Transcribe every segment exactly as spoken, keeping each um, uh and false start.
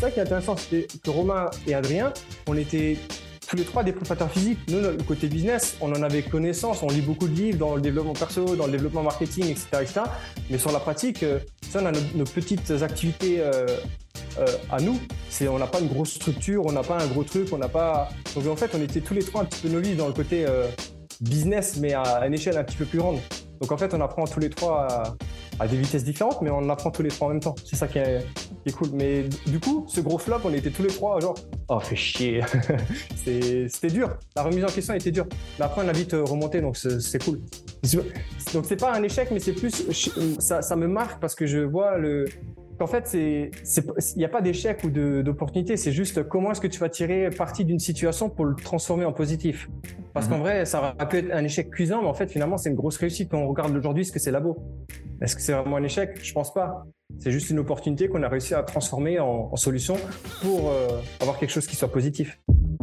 ça qui est intéressant, c'était que Romain et Adrien, on était tous les trois des préparateurs physiques. Nous, le côté business, on en avait connaissance, on lit beaucoup de livres dans le développement perso, dans le développement marketing, et cetera, et cetera. Mais sur la pratique, ça, on a nos, nos petites activités euh, euh, à nous. C'est, on n'a pas une grosse structure, on n'a pas un gros truc, on n'a pas. Donc en fait, on était tous les trois un petit peu novices dans le côté euh, business, mais à une échelle un petit peu plus grande. Donc en fait, on apprend tous les trois à, à des vitesses différentes, mais on apprend tous les trois en même temps. C'est ça qui est, qui est cool. Mais du coup, ce gros flop, on était tous les trois genre « Oh, fait chier !» c'est, C'était dur. La remise en question était dure. Mais après, on a vite remonté, donc c'est, c'est cool. Donc c'est pas un échec, mais c'est plus… Ça, ça me marque parce que je vois le… En fait, il n'y a pas d'échec ou de, d'opportunité, c'est juste comment est-ce que tu vas tirer parti d'une situation pour le transformer en positif. Parce mmh. qu'en vrai, ça aurait pu être un échec cuisant, mais en fait, finalement, c'est une grosse réussite quand on regarde aujourd'hui ce que c'est Labo. Est-ce que c'est vraiment un échec? Je pense pas. C'est juste une opportunité qu'on a réussi à transformer en, en solution pour euh, avoir quelque chose qui soit positif.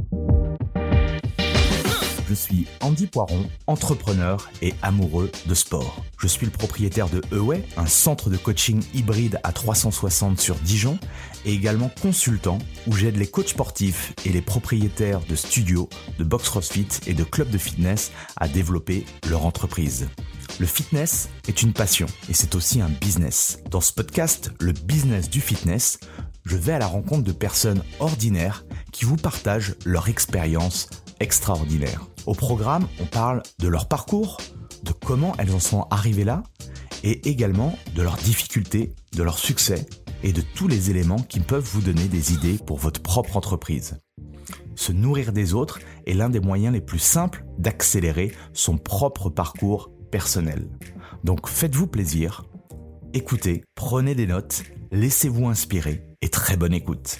Je suis Andy Poiron, entrepreneur et amoureux de sport. Je suis le propriétaire de Away, un centre de coaching hybride à trois cent soixante sur Dijon, et également consultant où j'aide les coachs sportifs et les propriétaires de studios, de box CrossFit et de clubs de fitness à développer leur entreprise. Le fitness est une passion et c'est aussi un business. Dans ce podcast, le business du fitness, je vais à la rencontre de personnes ordinaires qui vous partagent leur expérience extraordinaire. Au programme, on parle de leur parcours, de comment elles en sont arrivées là, et également de leurs difficultés, de leurs succès et de tous les éléments qui peuvent vous donner des idées pour votre propre entreprise. Se nourrir des autres est l'un des moyens les plus simples d'accélérer son propre parcours personnel. Donc faites-vous plaisir, écoutez, prenez des notes, laissez-vous inspirer et très bonne écoute.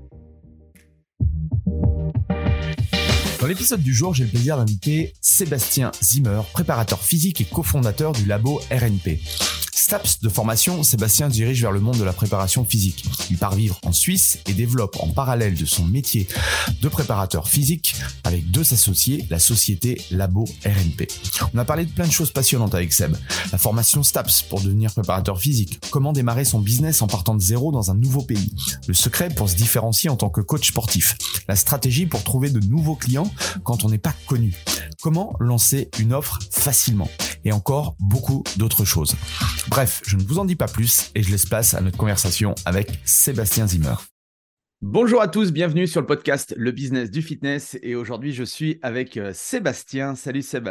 Dans l'épisode du jour, j'ai le plaisir d'inviter Sébastien Zimmer, préparateur physique et cofondateur du labo R N P. STAPS de formation, Sébastien dirige vers le monde de la préparation physique. Il part vivre en Suisse et développe en parallèle de son métier de préparateur physique avec deux associés, la société Labo R N P. On a parlé de plein de choses passionnantes avec Seb. La formation STAPS pour devenir préparateur physique, comment démarrer son business en partant de zéro dans un nouveau pays, le secret pour se différencier en tant que coach sportif, la stratégie pour trouver de nouveaux clients quand on n'est pas connu, comment lancer une offre facilement et encore beaucoup d'autres choses. Bref, je ne vous en dis pas plus et je laisse place à notre conversation avec Sébastien Zimmer. Bonjour à tous, bienvenue sur le podcast Le Business du Fitness et aujourd'hui je suis avec Sébastien. Salut Seb.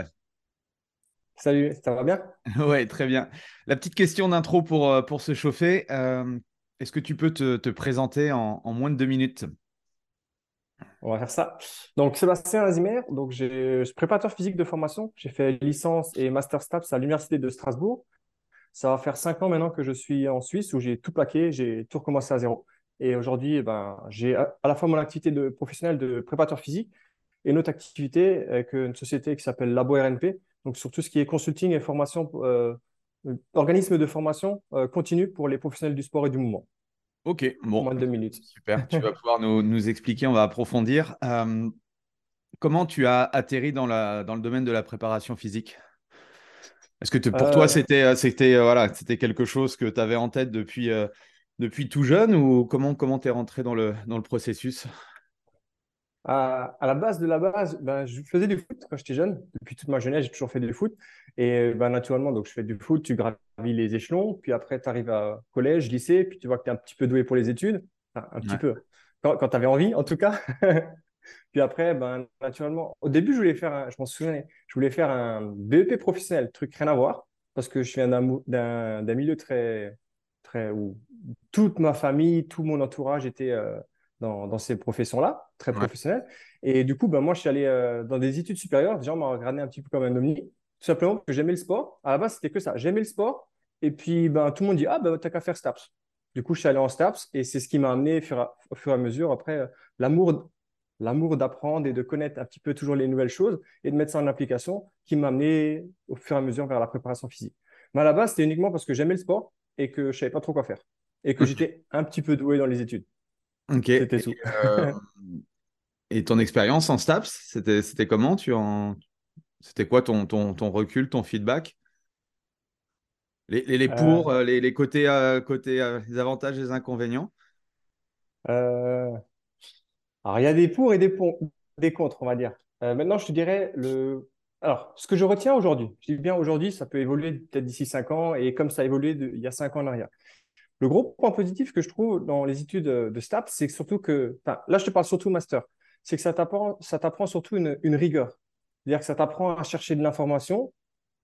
Salut, ça va bien? Ouais, très bien. La petite question d'intro pour, pour se chauffer. Euh, est-ce que tu peux te, te présenter en, en moins de deux minutes? On va faire ça. Donc, Sébastien Zimmer, donc j'ai- je suis préparateur physique de formation. J'ai fait licence et master STAPS à l'Université de Strasbourg. Ça va faire cinq ans maintenant que je suis en Suisse où j'ai tout plaqué, j'ai tout recommencé à zéro. Et aujourd'hui, eh ben, j'ai à à la fois mon activité de professionnel de préparateur physique et une autre activité avec une société qui s'appelle Labo R N P. Donc, sur tout ce qui est consulting et formation, euh, organisme de formation euh, continue pour les professionnels du sport et du mouvement. Ok, bon, Moins de deux minutes. super. Tu vas pouvoir nous, nous expliquer, on va approfondir. Euh, comment tu as atterri dans, la, dans le domaine de la préparation physique? Est-ce que te- pour toi, Euh, c'était, euh, c'était, euh, voilà, c'était quelque chose que tu avais en tête depuis, euh, depuis tout jeune ou comment comment tu es rentré dans le, dans le processus? À, à la base de la base, ben, je faisais du foot quand j'étais jeune. Depuis toute ma jeunesse, j'ai toujours fait du foot. Et ben, naturellement, donc, je fais du foot, tu gravis les échelons. Puis après, tu arrives à collège, lycée. Puis tu vois que tu es un petit peu doué pour les études. Enfin, un petit Ouais. peu. Quand, quand tu avais envie, en tout cas. Puis après, ben, naturellement, au début, je voulais faire, un, je m'en souviens, je voulais faire un B E P professionnel, truc rien à voir. Parce que je viens d'un mou- d'un d'un milieu très, très, où toute ma famille, tout mon entourage était euh, dans, dans ces professions-là, très Ouais. professionnelles. Et du coup, ben, moi, je suis allé euh, dans des études supérieures. Déjà, on m'a regardé un petit peu comme un ovni, tout simplement parce que j'aimais le sport. À la base, c'était que ça. J'aimais le sport. Et puis, ben, tout le monde dit, ah, ben, t'as qu'à faire STAPS. Du coup, je suis allé en STAPS et c'est ce qui m'a amené au fur et à, au fur et à mesure, après, euh, l'amour, l'amour d'apprendre et de connaître un petit peu toujours les nouvelles choses et de mettre ça en application qui m'a amené au fur et à mesure vers la préparation physique. Mais à la base, c'était uniquement parce que j'aimais le sport et que je ne savais pas trop quoi faire et que j'étais un petit peu doué dans les études. Ok. C'était Et, tout. euh, et ton expérience en STAPS, c'était, c'était comment? Tu en... C'était quoi ton, ton, ton recul, ton feedback? Les, les, les Euh, pour, euh, les, les côtés, euh, côtés euh, les avantages et les inconvénients? Euh, alors, il y a des pour et des, pon- des contre, on va dire. Euh, maintenant, je te dirais le. Alors, ce que je retiens aujourd'hui, je dis bien aujourd'hui, ça peut évoluer peut-être d'ici cinq ans et comme ça a évolué de- il y a cinq ans en arrière. Le gros point positif que je trouve dans les études de de STAPS, c'est que surtout que, enfin, là, je te parle surtout master, c'est que ça t'apprend, ça t'apprend surtout une, une rigueur. C'est-à-dire que ça t'apprend à chercher de l'information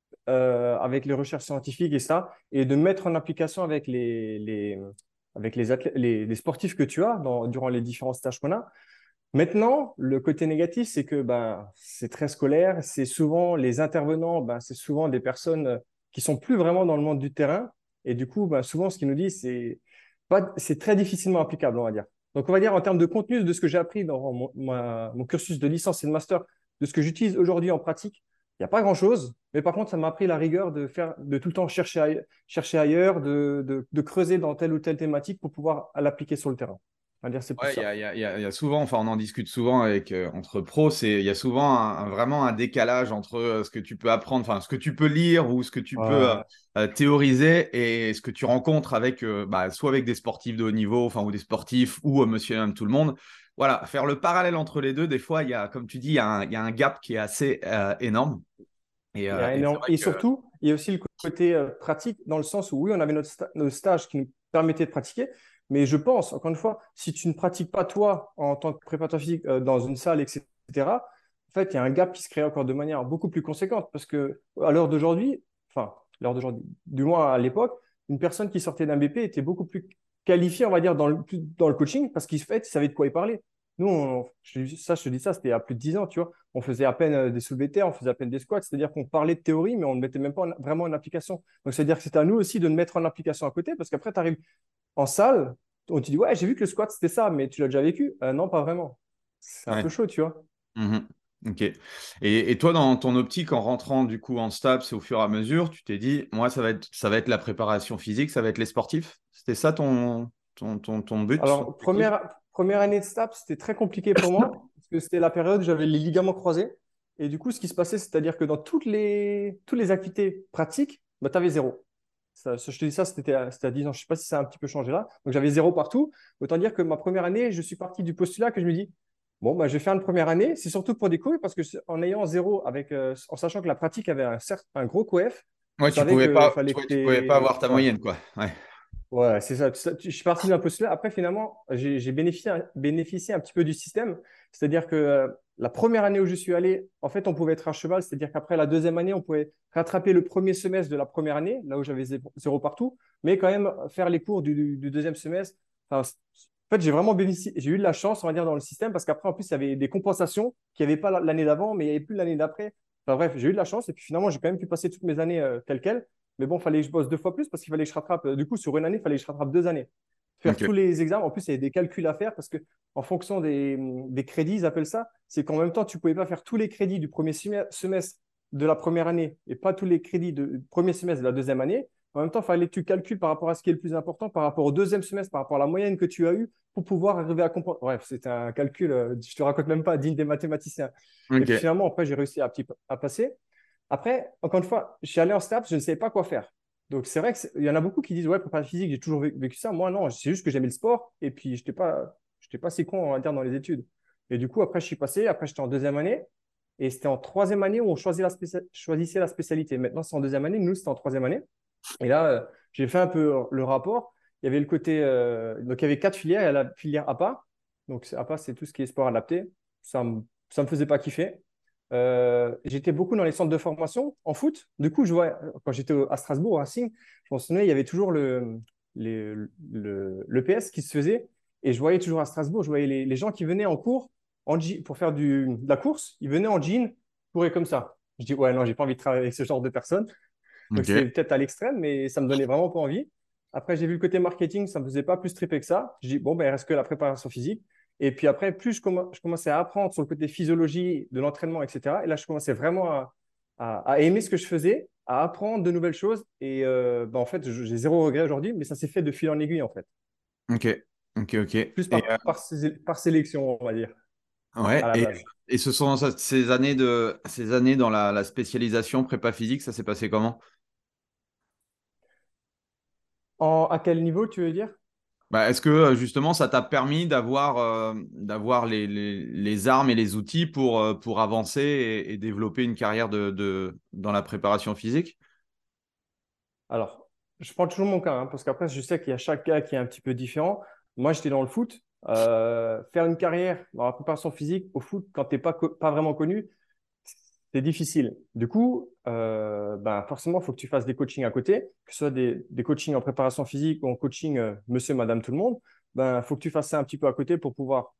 euh, avec les recherches scientifiques et ça, et de mettre en application avec les, les, avec les, athlètes, les, les sportifs que tu as dans, durant les différents stages qu'on a. Maintenant, le côté négatif, c'est que ben, c'est très scolaire, c'est souvent les intervenants, ben, c'est souvent des personnes euh, qui sont plus vraiment dans le monde du terrain, et du coup, ben, souvent, ce qu'ils nous disent, c'est pas, c'est très difficilement applicable, on va dire. Donc, on va dire en termes de contenu, de ce que j'ai appris dans mon, ma- mon cursus de licence et de master, de ce que j'utilise aujourd'hui en pratique, il n'y a pas grand-chose, mais par contre, ça m'a appris la rigueur de faire, de tout le temps chercher, aille- chercher ailleurs, de, de, de creuser dans telle ou telle thématique pour pouvoir l'appliquer sur le terrain. On va dire, c'est plus Ouais, il y ça. a, il y a- il y a- il y a souvent, enfin, on en discute souvent avec, euh, entre pros, c'est, il y a souvent un- un- vraiment un décalage entre euh, ce que tu peux apprendre, enfin, ce que tu peux lire ou ce que tu peux euh, Ouais. euh, théoriser et ce que tu rencontres avec, euh, bah, soit avec des sportifs de haut niveau, enfin, ou des sportifs ou euh, monsieur et madame tout le monde. Voilà, faire le parallèle entre les deux, des fois, il y a, comme tu dis, il y a un, il y a un gap qui est assez euh, énorme. Et, Il y euh, a et c'est énorme- vrai Et que, surtout, il y a aussi le côté euh, pratique dans le sens où oui, on avait notre sta- nos stages qui nous permettaient de pratiquer, mais je pense, encore une fois, si tu ne pratiques pas toi en tant que préparateur physique euh, dans une salle, et cetera, en fait, il y a un gap qui se crée encore de manière beaucoup plus conséquente parce que à l'heure d'aujourd'hui, enfin, à l'heure d'aujourd'hui, du moins à l'époque, une personne qui sortait d'un B P était beaucoup plus qualifiée, on va dire, dans le, dans le coaching parce qu'il fait, il savait de quoi il parlait. Nous, on- je, ça, je te dis ça, c'était il y a plus de dix ans, tu vois. On faisait à peine euh, des soulevés de terre, on faisait à peine des squats, c'est-à-dire qu'on parlait de théorie, mais on ne mettait même pas en- vraiment en application. Donc, c'est-à-dire que c'est à nous aussi de le mettre en application à côté, parce qu'après, tu arrives en salle, on te dit, ouais, j'ai vu que le squat, c'était ça, mais tu l'as déjà vécu? Euh, non, pas vraiment. C'est un ouais. peu chaud, tu vois. Mhm. Ok. Et, et toi, dans ton optique, en rentrant du coup en STAPS au fur et à mesure, tu t'es dit, moi, ça va être, ça va être la préparation physique, ça va être les sportifs. C'était ça ton, ton, ton, ton but, ton Alors, objectif? première, première année de STAPS, c'était très compliqué pour moi, parce que c'était la période où j'avais les ligaments croisés. Et du coup, ce qui se passait, c'est-à-dire que dans toutes les, toutes les activités pratiques, bah, tu avais zéro. Ça, ça, je te dis ça, c'était à, c'était à dix ans. Je ne sais pas si ça a un petit peu changé là. Donc, j'avais zéro partout. Autant dire que ma première année, je suis parti du postulat que je me dis, bon, bah, je vais faire une première année. C'est surtout pour découvrir, parce que en ayant zéro, avec, euh, en sachant que la pratique avait un, certes, un gros coef, Ouais, je tu savais pouvais qu'il pas, fallait tu, que ouais, tu pouvais pas tu. avoir ta Ouais. moyenne, quoi. Ouais. Ouais, c'est ça. Ça, tu- Je suis parti d'un postulat. Après, finalement, j'ai j'ai bénéficié, bénéficié un petit peu du système. C'est-à-dire que euh, la première année où je suis allé, en fait, on pouvait être à cheval. C'est-à-dire qu'après la deuxième année, on pouvait rattraper le premier semestre de la première année, là où j'avais zéro, zéro partout, mais quand même faire les cours du, du- du deuxième semestre. Enfin, c- en fait, j'ai vraiment bénéficié. J'ai eu de la chance, on va dire, dans le système, parce qu'après, en plus, il y avait des compensations qu'il n'y avait pas l'année d'avant, mais il n'y avait plus l'année d'après. Enfin, bref, j'ai eu de la chance. Et puis finalement, j'ai quand même pu passer toutes mes années euh, telles quelles. Mais bon, il fallait que je bosse deux fois plus parce qu'il fallait que je rattrape. euh, Du coup, sur une année, il fallait que je rattrape deux années. Faire Ok. tous les examens. En plus, il y avait des calculs à faire parce que, en fonction des, des crédits, ils appellent ça, c'est qu'en même temps, tu ne pouvais pas faire tous les crédits du premier semestre de la première année et pas tous les crédits du premier semestre de la deuxième année. En même temps, il fallait que tu calcules par rapport à ce qui est le plus important, par rapport au deuxième semestre, par rapport à la moyenne que tu as eue pour pouvoir arriver à comprendre. Bref, c'était un calcul, euh, je ne te raconte même pas, digne des mathématiciens. Et puis Ok. finalement, après, j'ai réussi à, petit- à passer. Après, encore une fois, je suis allé en STAPS, je ne savais pas quoi faire. Donc, c'est vrai qu'il y en a beaucoup qui disent, ouais, préparation physique, j'ai toujours vécu ça. Moi, non, c'est juste que j'aimais le sport et puis je n'étais pas, j'étais pas si con, on va dire, dans les études. Et du coup, après, je suis passé, après, j'étais en deuxième année et c'était en troisième année où on choisit la spécia- choisissait la spécialité. Maintenant, c'est en deuxième année, nous, c'était en troisième année. Et là, euh, j'ai fait un peu le rapport. Il y avait le côté, euh, donc il y avait quatre filières. Il y a la filière A P A. Donc, c'est- A P A, c'est tout ce qui est sport adapté. Ça me, ça me faisait pas kiffer. Euh, j'étais beaucoup dans les centres de formation en foot. Du coup, je vois, quand j'étais au- à Strasbourg, au Racing, je m'en souvenais, il y avait toujours le, les- le, l'E P S qui se faisait. Et je voyais toujours à Strasbourg, je voyais les, les gens qui venaient en cours en, je- pour faire du, de la course. Ils venaient en jean, couraient comme ça. Je dis, ouais, non, j'ai pas envie de travailler avec ce genre de personnes. Donc, Ok. c'était peut-être à l'extrême, mais ça me donnait vraiment pas envie. Après, j'ai vu le côté marketing, ça me faisait pas plus triper que ça. Je dis, bon, ben, il reste que la préparation physique. Et puis après, plus je, comm- je commençais à apprendre sur le côté physiologie de l'entraînement, et cetera. Et là, je commençais vraiment à, à- à aimer ce que je faisais, à apprendre de nouvelles choses. Et euh, ben, en fait, je- j'ai zéro regret aujourd'hui, mais ça s'est fait de fil en aiguille, en fait. Ok. Ok. Ok. Et, Plus euh, par, par, sé- par sélection, on va dire, à ouais. la Et, base. et ce sont ça- ces années de, ces années dans la, la spécialisation prépa physique, ça s'est passé comment? En, à quel niveau, tu veux dire? Bah, est-ce que euh, justement ça t'a permis d'avoir euh, d'avoir les, les, les armes et les outils pour, euh, pour avancer et, et développer une carrière de, de, dans la préparation physique? Alors, je prends toujours mon cas, hein, parce qu'après, je sais qu'il y a chaque cas qui est un petit peu différent. Moi, j'étais dans le foot. Euh, faire une carrière dans la préparation physique au foot, quand tu n'es pas, co- pas vraiment connu, c'est difficile. Du coup, euh, ben, forcément, il faut que tu fasses des coachings à côté, que ce soit des, des coachings en préparation physique ou en coaching euh, monsieur, madame, tout le monde. Ben, il faut que tu fasses ça un petit peu à côté pour pouvoir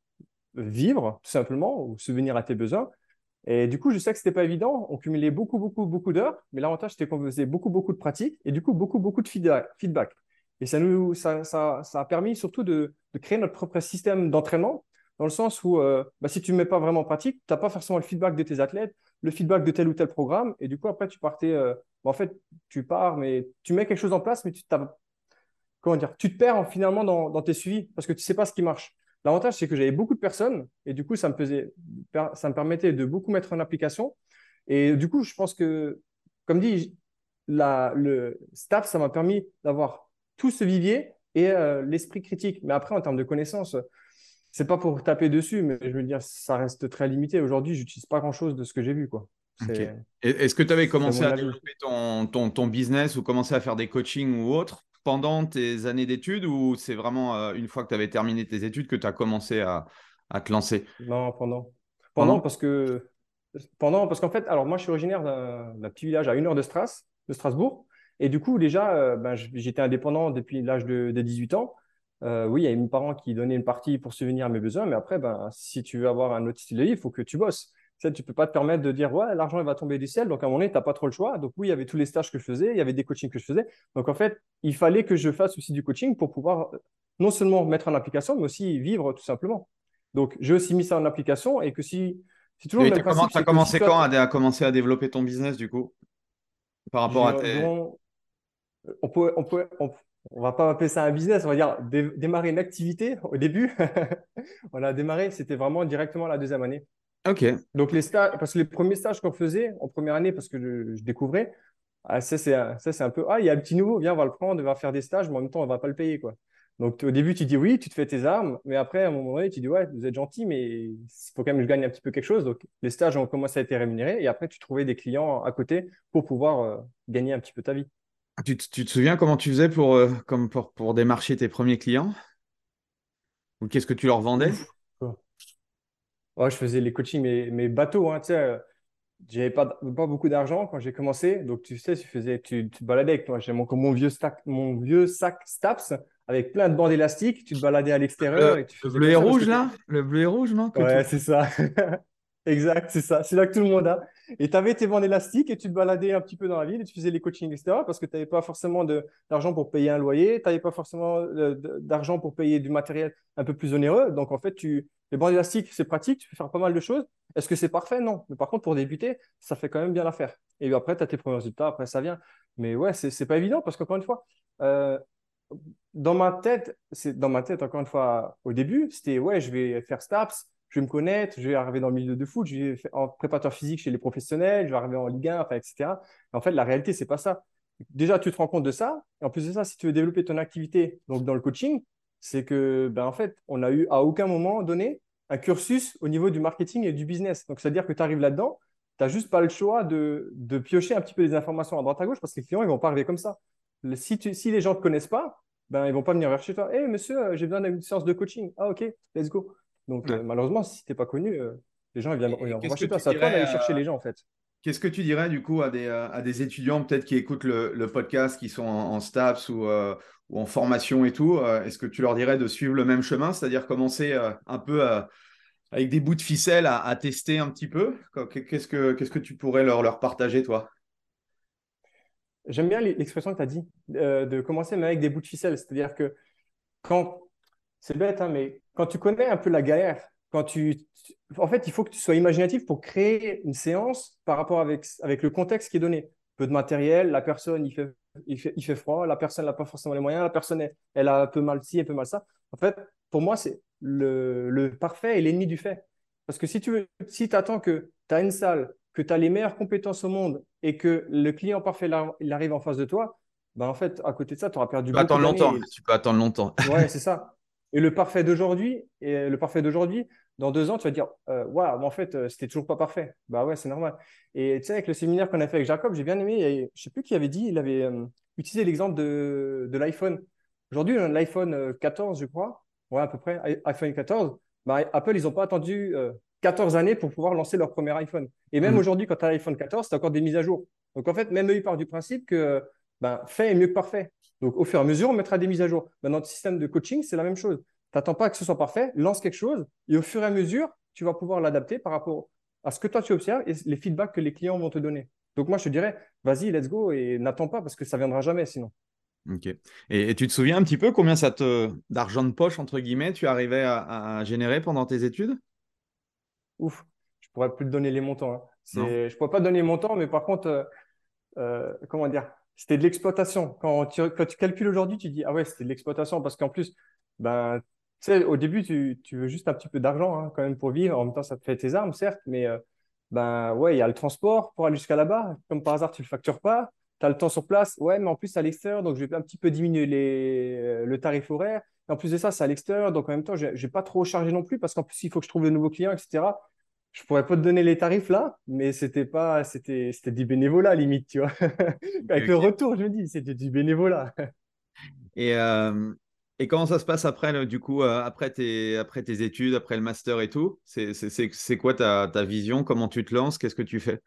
vivre, tout simplement, ou subvenir à tes besoins. Et du coup, je sais que c'était pas évident. On cumulait beaucoup, beaucoup, beaucoup d'heures, mais l'avantage, c'était qu'on faisait beaucoup, beaucoup de pratiques et du coup, beaucoup, beaucoup de feedback. feedback. Et ça nous, ça, ça, ça a permis surtout de, de créer notre propre système d'entraînement, dans le sens où, euh, bah, si tu ne mets pas vraiment en pratique, tu n'as pas forcément le feedback de tes athlètes, le feedback de tel ou tel programme. Et du coup, après, tu partais, euh, bah, en fait, tu pars, mais tu mets quelque chose en place, mais tu t'as- comment dire, tu te perds en- finalement dans, dans tes suivis parce que tu ne sais pas ce qui marche. L'avantage, c'est que j'avais beaucoup de personnes et du coup, ça me faisait, ça me permettait de beaucoup mettre en application. Et du coup, je pense que, comme dit, la, le staff, ça m'a permis d'avoir tout ce vivier et euh, l'esprit critique. Mais après, en termes de connaissances, c'est pas pour taper dessus, mais je veux dire, ça reste très limité. Aujourd'hui, j'utilise pas grand-chose de ce que j'ai vu, quoi. Ok. Et- C'est, Est-ce que tu avais c'est commencé mon à avis. développer ton, ton, ton business ou commencé à faire des coachings ou autres pendant tes années d'études ou c'est vraiment euh, une fois que tu avais terminé tes études que tu as commencé à, à te lancer? Non, pendant. Pendant, Pendant? parce que, pendant, parce qu'en fait, alors moi, je suis originaire d'un d'un petit village à une heure de Stras, de Strasbourg. Et du coup, déjà, euh, ben, j- j'étais indépendant depuis l'âge de, de dix-huit ans. Euh, oui, il y avait mes parents qui donnaient une partie pour subvenir à mes besoins, mais après, ben, si tu veux avoir un autre style de vie, il faut que tu bosses. Tu sais, tu peux pas te permettre de dire, ouais, l'argent, il va tomber du ciel. Donc, à un moment donné, tu n'as pas trop le choix. Donc, oui, il y avait tous les stages que je faisais, il y avait des coachings que je faisais. Donc, en fait, il fallait que je fasse aussi du coaching pour pouvoir euh, non seulement mettre en application, mais aussi vivre tout simplement. Donc, j'ai aussi mis ça en application et que si, c'est toujours le Et tu même principe, as c'est que si commencé tu quand as, à, dé- à commencer à développer ton business du coup par rapport j'ai à tes... environ, on peut, on peut, on, on va pas appeler ça un business, on va dire dé- démarrer une activité au début. On a démarré, c'était vraiment directement la deuxième année. Ok. Donc, les stages, parce que les premiers stages qu'on faisait en première année, parce que je, je découvrais, ah, ça, c'est un, ça, c'est un peu, ah, il y a un petit nouveau, viens, on va le prendre, on va faire des stages, mais en même temps, on va pas le payer, quoi. Donc, t- au début, tu dis oui, tu te fais tes armes, mais après, à un moment donné, tu dis, ouais, vous êtes gentil, mais il faut quand même que je gagne un petit peu quelque chose. Donc, les stages ont commencé à être rémunérés et après, tu trouvais des clients à côté pour pouvoir euh, gagner un petit peu ta vie. Tu, te tu te souviens comment tu faisais pour, euh, comme pour, pour démarcher tes premiers clients? Ou qu'est-ce que tu leur vendais? Ouf. Ouais, je faisais les coachings, mais, mais bateaux, hein, tu sais, euh, j'avais pas, pas beaucoup d'argent quand j'ai commencé. Donc, tu sais, tu faisais, tu, tu te baladais avec toi. J'ai mon, mon vieux sac, mon vieux sac Staps avec plein de bandes élastiques. Tu te baladais à l'extérieur Le, et tu le faisais bleu comme et ça parce que rouge t'es- là? Le bleu et rouge, non? Que tout... ouais, c'est ça. Exact, c'est ça. C'est là que tout le monde a. Et tu avais tes bandes élastiques et tu te baladais un petit peu dans la ville et tu faisais les coachings, et cetera. Parce que tu n'avais pas forcément de- d'argent pour payer un loyer, tu n'avais pas forcément euh, de- d'argent pour payer du matériel un peu plus onéreux. Donc, en fait, tu... les bandes élastiques, c'est pratique, tu peux faire pas mal de choses. Est-ce que c'est parfait? Non. Mais par contre, pour débuter, ça fait quand même bien l'affaire. Et après, tu as tes premiers résultats, après, ça vient. Mais ouais, c'est c'est pas évident parce qu'encore une fois, euh, dans ma tête, c'est dans ma tête, encore une fois, au début, c'était ouais, je vais faire STAPS, je vais me connaître, je vais arriver dans le milieu de foot, je vais faire en préparateur physique chez les professionnels, je vais arriver en Ligue un, enfin, et cetera. En fait, la réalité, c'est pas ça. Déjà, tu te rends compte de ça. Et en plus de ça, si tu veux développer ton activité, donc dans le coaching, c'est que, ben, en fait, on n'a eu à aucun moment donné un cursus au niveau du marketing et du business. Donc, c'est-à-dire que tu arrives là-dedans, tu n'as juste pas le choix de, de piocher un petit peu les informations à droite à gauche parce que les clients, ils vont pas arriver comme ça. Le- Si, tu- si les gens ne te connaissent pas, ben, ils vont pas venir vers chez toi. Hé, monsieur, euh, j'ai besoin d'une séance de coaching. Ah, ok, let's go. Donc, Ouais. euh, malheureusement, si tu n'es pas connu, euh, les gens ils viendront, ils Et, et viendront pas qu'est-ce que chez toi. tu C'est à toi dirais, d'aller euh, chercher les gens, en fait. qu'est-ce que tu dirais du coup à des, euh, à des étudiants peut-être qui écoutent le, le podcast, qui sont en, en STAPS ou, euh, ou en formation et tout, euh, est-ce que tu leur dirais de suivre le même chemin, c'est-à-dire commencer euh, un peu euh, avec des bouts de ficelle à, à tester un petit peu? Qu'est-ce que, qu'est-ce que tu pourrais leur, leur partager, toi? J'aime bien l'expression que tu as dit, euh, de commencer mais avec des bouts de ficelle. C'est-à-dire que quand, c'est bête, hein, mais quand tu connais un peu la galère, quand tu, tu- en fait, il faut que tu sois imaginatif pour créer une séance par rapport avec, avec le contexte qui est donné. Peu de matériel, la personne, il fait, il fait, il fait froid, la personne n'a pas forcément les moyens, la personne, elle, elle a un peu mal ci, un peu mal ça. En fait, pour moi, c'est le, le parfait est l'ennemi du fait. Parce que si tu veux, si tu attends que tu as une salle, que tu as les meilleures compétences au monde et que le client parfait, là, il arrive en face de toi, ben en fait, à côté de ça, tu auras perdu Tu peux beaucoup attendre longtemps. d'années. Tu peux attendre longtemps. Ouais, c'est ça. Et le parfait d'aujourd'hui, et le parfait d'aujourd'hui, dans deux ans, tu vas dire, euh, waouh, mais en fait, euh, c'était toujours pas parfait. Bah ouais, c'est normal. Et tu sais, avec le séminaire qu'on a fait avec Jacob, j'ai bien aimé. Et je sais plus qui avait dit, il avait euh, utilisé l'exemple de, de l'iPhone. Aujourd'hui, on a l'iPhone euh, quatorze, je crois. Ouais, à peu près, i- iPhone quatorze. Bah, Apple, ils n'ont pas attendu euh, quatorze années pour pouvoir lancer leur premier iPhone. Et même Mm. aujourd'hui, quand tu as l'iPhone quatorze, tu as encore des mises à jour. Donc en fait, même eux, ils partent du principe que ben, fait est mieux que parfait. Donc, au fur et à mesure, on mettra des mises à jour. Dans notre système de coaching, c'est la même chose. Tu n'attends pas que ce soit parfait, lance quelque chose et au fur et à mesure, tu vas pouvoir l'adapter par rapport à ce que toi tu observes et les feedbacks que les clients vont te donner. Donc, moi, je te dirais, vas-y, let's go et n'attends pas parce que ça ne viendra jamais sinon. Ok. Et, et tu te souviens un petit peu combien ça te d'argent de poche, entre guillemets, tu arrivais à, à générer pendant tes études? Ouf, je ne pourrais plus te donner les montants, hein. Non? C'est, je ne pourrais pas te donner les montants, mais par contre, euh, euh, comment dire, c'était de l'exploitation. Quand tu, quand tu calcules aujourd'hui, tu dis, ah ouais, c'était de l'exploitation parce qu'en plus, ben, tu sais, au début, tu, tu veux juste un petit peu d'argent hein, quand même pour vivre. En même temps, ça te fait tes armes, certes, mais euh, ben, ouais, il y a le transport pour aller jusqu'à là-bas. Comme par hasard, tu ne le factures pas. Tu as le temps sur place. Ouais, mais en plus, c'est à l'extérieur, donc je vais un petit peu diminuer les, euh, le tarif horaire. Et en plus de ça, c'est à l'extérieur, donc en même temps, je n'ai pas trop chargé non plus parce qu'en plus, il faut que je trouve de nouveaux clients, et cetera. Je pourrais pas te donner les tarifs là, mais c'était pas, c'était, c'était du bénévolat limite, tu vois. Ok, Avec le ok. retour, je me dis, c'était du bénévolat. Et, euh, et comment ça se passe après, le- du coup, euh, après tes, après tes études, après le master et tout? C'est c'est- c'est- c'est quoi ta, ta vision? Comment tu te lances? Qu'est-ce que tu fais?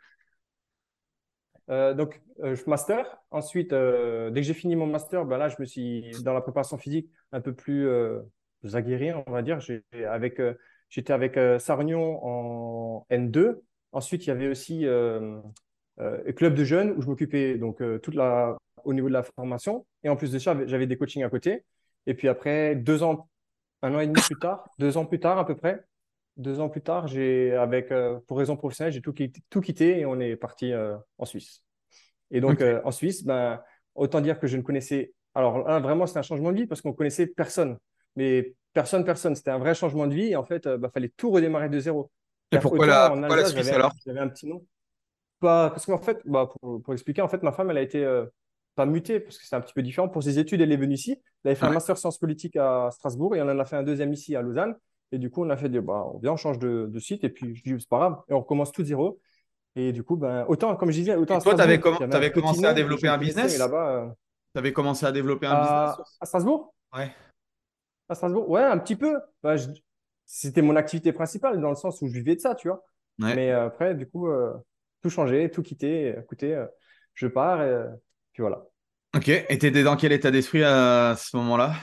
Euh, donc, euh, je master. Ensuite, euh, dès que j'ai fini mon master, ben là, je me suis dans la préparation physique un peu plus euh, aguerri, on va dire. J'ai, avec, euh, j'étais avec euh, Sarnion en N deux. Ensuite, il y avait aussi euh, euh, club de jeunes où je m'occupais donc euh, toute la, au niveau de la formation. Et en plus de ça, j'avais des coachings à côté. Et puis après, deux ans, un an et demi plus tard, deux ans plus tard à peu près, deux ans plus tard, j'ai, avec, euh, pour raison professionnelle, j'ai tout quitté, tout quitté et on est parti euh, en Suisse. Et donc, Ok. euh, en Suisse, ben, autant dire que je ne connaissais. Alors là, vraiment, c'est un changement de vie parce qu'on connaissait personne. Mais personne, personne. C'était un vrai changement de vie. Et en fait, il fallait tout redémarrer de zéro. Et C'est-à-dire, pourquoi autant la, en pourquoi la Alsace, Suisse j'avais un, alors? j'avais un petit nom. Pas, parce qu'en fait, bah, pour, pour expliquer, en fait, ma femme, elle a été euh, pas mutée parce que c'est un petit peu différent. Pour ses études, elle est venue ici. Elle avait fait un Ouais. master sciences politiques à Strasbourg et on en a fait un deuxième ici à Lausanne. Et du coup, on a fait des, bah, on vient, on change de, de site et puis je dis, c'est pas grave. Et on recommence tout de zéro. Et du coup, ben, autant, comme je disais, autant Et à toi, tu avais, Strasbourg, j'avais un petit commencé à nom que je développer ne un connaissais, mais business? là-bas, euh, Tu avais commencé à développer un business? à, à Strasbourg, Ouais. à Strasbourg, ouais, un petit peu. Ben, je- c'était mon activité principale dans le sens où je vivais de ça, tu vois. Ouais. Mais euh, après, du coup, euh, tout changer, tout quitter. et, Écoutez, euh, je pars et euh, puis voilà. Ok. Et t'étais dans quel état d'esprit à ce moment-là?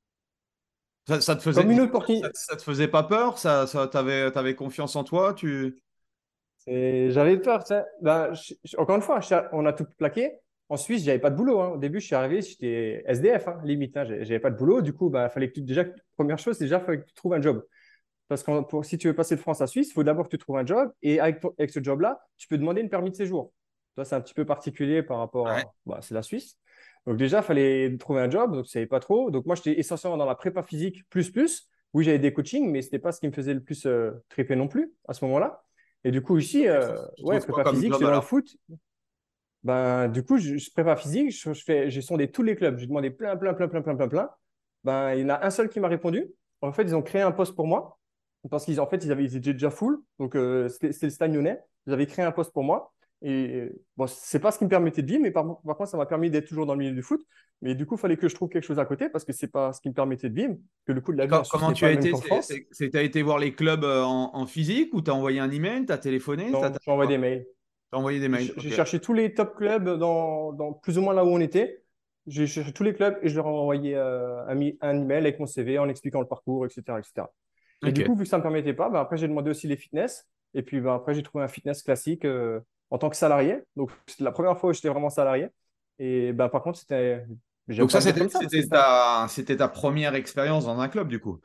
Ça, ça te faisait, Comme une ça, opportunité. ça te faisait pas peur? Ça, ça, t'avais, t'avais confiance en toi? Tu... Et j'avais peur, tu sais. Ben, je- je- encore une fois, je- on a tout plaqué. En Suisse, j'avais pas de boulot, hein. Au début, je suis arrivé, j'étais S D F, hein, limite, hein. J'ai- J'avais pas de boulot. Du coup, ben, fallait que tu, déjà, première chose, déjà, il fallait que tu trouves un job. Parce que pour, si tu veux passer de France à Suisse, il faut d'abord que tu trouves un job. Et avec, ton- avec ce job-là, tu peux demander une permis de séjour. Toi, c'est un petit peu particulier par rapport Ouais. à. Bah, c'est la Suisse. Donc, déjà, il fallait trouver un job. Donc, je ne savais pas trop. Donc, moi, j'étais essentiellement dans la prépa physique plus plus. Oui, j'avais des coachings, mais ce n'était pas ce qui me faisait le plus euh, triper non plus à ce moment-là. Et du coup, ici, Tu euh, trouves, tu ouais, trouves quoi prépa comme physique, job j'étais dans le alors? foot. Ben, du coup, je, je prépa physique, je, je fais, j'ai sondé tous les clubs. J'ai demandé plein, plein, plein, plein, plein, plein, plein. Ben, il y en a un seul qui m'a répondu. En fait, ils ont créé un poste pour moi parce qu'ils en fait, ils avaient, ils étaient déjà full. Donc, euh, c'était c'était le Stade Lyonnais. Ils avaient créé un poste pour moi. Et bon, c'est pas ce qui me permettait de vivre, mais par, par contre, ça m'a permis d'être toujours dans le milieu du foot. Mais du coup, il fallait que je trouve quelque chose à côté parce que c'est pas ce qui me permettait de vivre. Que le coût de la Et vie co- en Suisse comment n'est tu pas as le même été? qu'en C'est, France. c'est, c'est- t'as été voir les clubs euh, en, en physique ou t'as envoyé un email, t'as téléphoné, t'as, Non, t'as j'ai fait envoyé quoi? des mails. T'as envoyé des mails. J'ai j'ai Ok. cherché tous les top clubs dans, dans plus ou moins là où on était. J'ai cherché tous les clubs et je leur ai envoyé euh, un, mi- un email avec mon C V en expliquant le parcours, et cetera, et cetera. Et Ok. du coup, vu que ça ne me permettait pas, bah, après, j'ai demandé aussi les fitness. Et puis bah, après, j'ai trouvé un fitness classique euh, en tant que salarié. Donc, c'était la première fois où j'étais vraiment salarié. Et bah, par contre, c'était, j'aime Donc pas ça, le dire c'était, comme ça parce que c'était c'était un- ta, c'était ta première expérience dans un club, du coup.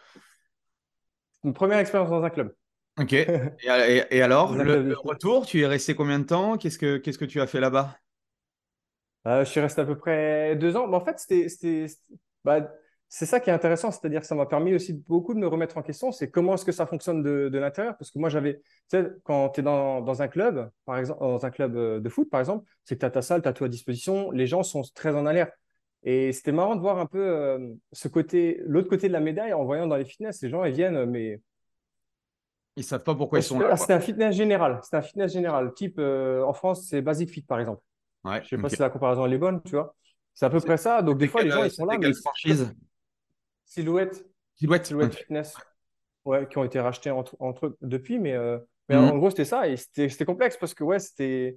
une première expérience dans un club. Ok. Et, et- et alors, Dans un le, club de le fitness. retour, tu es resté combien de temps? Qu'est-ce que, qu'est-ce que tu as fait là-bas? Euh, je suis resté à peu près deux ans. Mais en fait, c'était, c'était, c'était- bah, c'est ça qui est intéressant, c'est-à-dire que ça m'a permis aussi beaucoup de me remettre en question. C'est comment est-ce que ça fonctionne de, de l'intérieur? Parce que moi, j'avais, tu sais, quand tu es dans, dans un club, par exemple, dans un club euh, de foot, par exemple, c'est que tu as ta salle, tu as tout à disposition. Les gens sont très en alerte. Et c'était marrant de voir un peu euh, ce côté, l'autre côté de la médaille en voyant dans les fitness, les gens, ils viennent, mais Ils savent pas pourquoi ils sont là, ah, quoi. c'était un fitness général. C'était un fitness général. Type, euh, en France, c'est Basic Fit, par exemple. Ouais, Je sais pas ok. si la comparaison elle est bonne, tu vois. C'est à peu près ça. Donc, des C'était fois, les quelle, gens, euh, ils sont là, c'était mais quelle c'est comme franchise? Silhouette, Silhouette. Silhouette Ok. Fitness, ouais, qui ont été rachetés entre, entre depuis. Mais, euh, mais Mhm. en gros, c'était ça. Et c'était c'était complexe parce que, ouais, c'était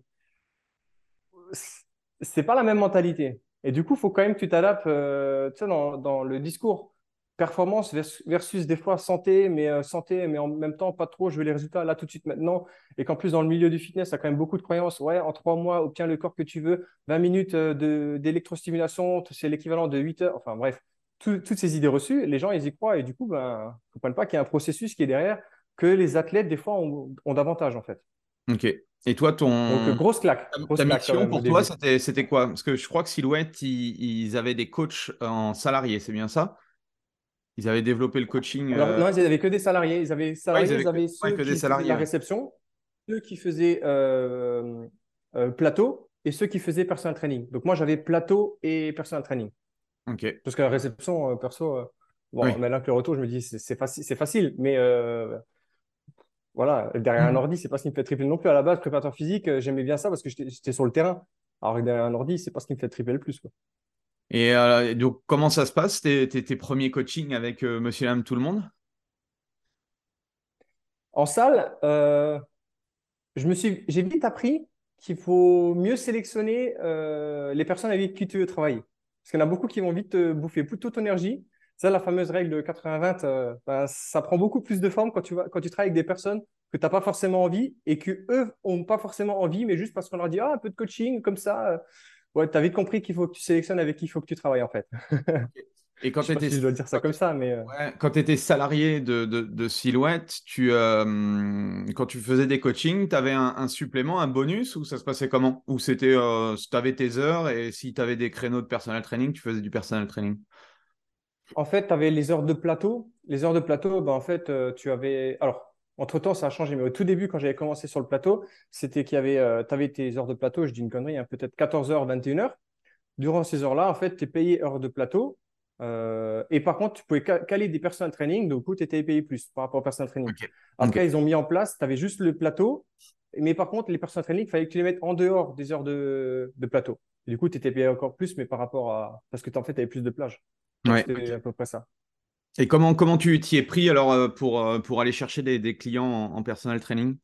c'est pas la même mentalité. Et du coup, il faut quand même que tu t'adaptes euh, tu sais, dans, dans le discours. Performance vers- versus des fois santé, mais euh, santé, mais en même temps, pas trop, je veux les résultats là tout de suite maintenant. Et qu'en plus, dans le milieu du fitness, il y a quand même beaucoup de croyances. Ouais, en trois mois, obtiens le corps que tu veux, vingt minutes euh, de, d'électrostimulation, c'est l'équivalent de huit heures. Enfin bref, tout- toutes ces idées reçues, les gens, ils y croient et du coup, ben, ils ne comprennent pas qu'il y a un processus qui est derrière, que les athlètes, des fois, ont, ont davantage en fait. Ok. Et toi, Donc, euh, ton grosse claque, ta, grosse ta claque quand mission même au pour toi, début. c'était c'était quoi? Parce que je crois que Silhouette, ils, ils avaient des coachs en salarié, c'est bien ça? Ils avaient développé le coaching. Alors, euh, non, ils n'avaient que des salariés. Ils avaient Ouais, ils salariés, avaient ils que, avaient ouais, ceux que des qui faisaient salariés. la Ouais. réception, ceux qui faisaient euh, euh, plateau et ceux qui faisaient personal training. Donc, moi, j'avais plateau et personal training. Ok. Parce que la réception, euh, perso, euh, bon, Oui. maintenant que le retour, je me dis, c'est c'est facile, c'est facile. Mais euh, voilà, derrière un Mhm. ordi, c'est pas ce qui me fait triper non plus. À la base, préparateur physique, euh, j'aimais bien ça parce que j'étais j'étais sur le terrain. Alors que derrière un ordi, c'est pas ce qui me fait triper le plus, quoi. Et euh, et donc, comment ça se passe, tes, tes, tes premiers coachings avec euh, Monsieur et Madame Tout le Monde? En salle, euh, je me suis, j'ai vite appris qu'il faut mieux sélectionner euh, les personnes avec qui tu veux travailler. Parce qu'il y en a beaucoup qui vont vite te bouffer toute ton énergie. Ça, la fameuse règle de quatre-vingts vingt, euh, ben, ça prend beaucoup plus de forme quand tu vas, quand tu travailles avec des personnes que tu n'as pas forcément envie et que eux n'ont pas forcément envie, mais juste parce qu'on leur dit ah, un peu de coaching, comme ça. euh, ouais, tu as vite compris qu'il faut que tu sélectionnes avec qui il faut que tu travailles, en fait. Et quand Je tu sais pas étais, si je dois dire ça comme ça, mais euh, ouais, quand tu étais salarié de, de, de Silhouette, tu, euh, quand tu faisais des coachings, tu avais un, un supplément, un bonus, ou ça se passait comment? Ou c'était, euh, tu avais tes heures et si tu avais des créneaux de personal training, tu faisais du personal training? en fait, tu avais les heures de plateau. Les heures de plateau, ben, en fait, euh, tu avais. Alors, entre-temps, ça a changé, mais au tout début, quand j'avais commencé sur le plateau, c'était qu'il y avait. Tu avais tes heures de plateau, je dis une connerie, hein, peut-être quatorze heures, vingt et une heures. Durant ces heures-là, en fait, tu es payé heures de plateau. Euh, et par contre, tu pouvais ca- caler des personal training, donc tu étais payé plus par rapport au personal training. Ok. Ok. Après, ils ont mis en place, tu avais juste le plateau, mais par contre, les personal training, il fallait que tu les mettes en dehors des heures de, de plateau. Et du coup, tu étais payé encore plus, mais par rapport à. Parce que en fait, tu avais plus de plage. Donc, Ouais. c'était Ok. à peu près ça. Et comment, comment tu t'y es pris alors euh, pour, euh, pour aller chercher des, des clients en, en personal training?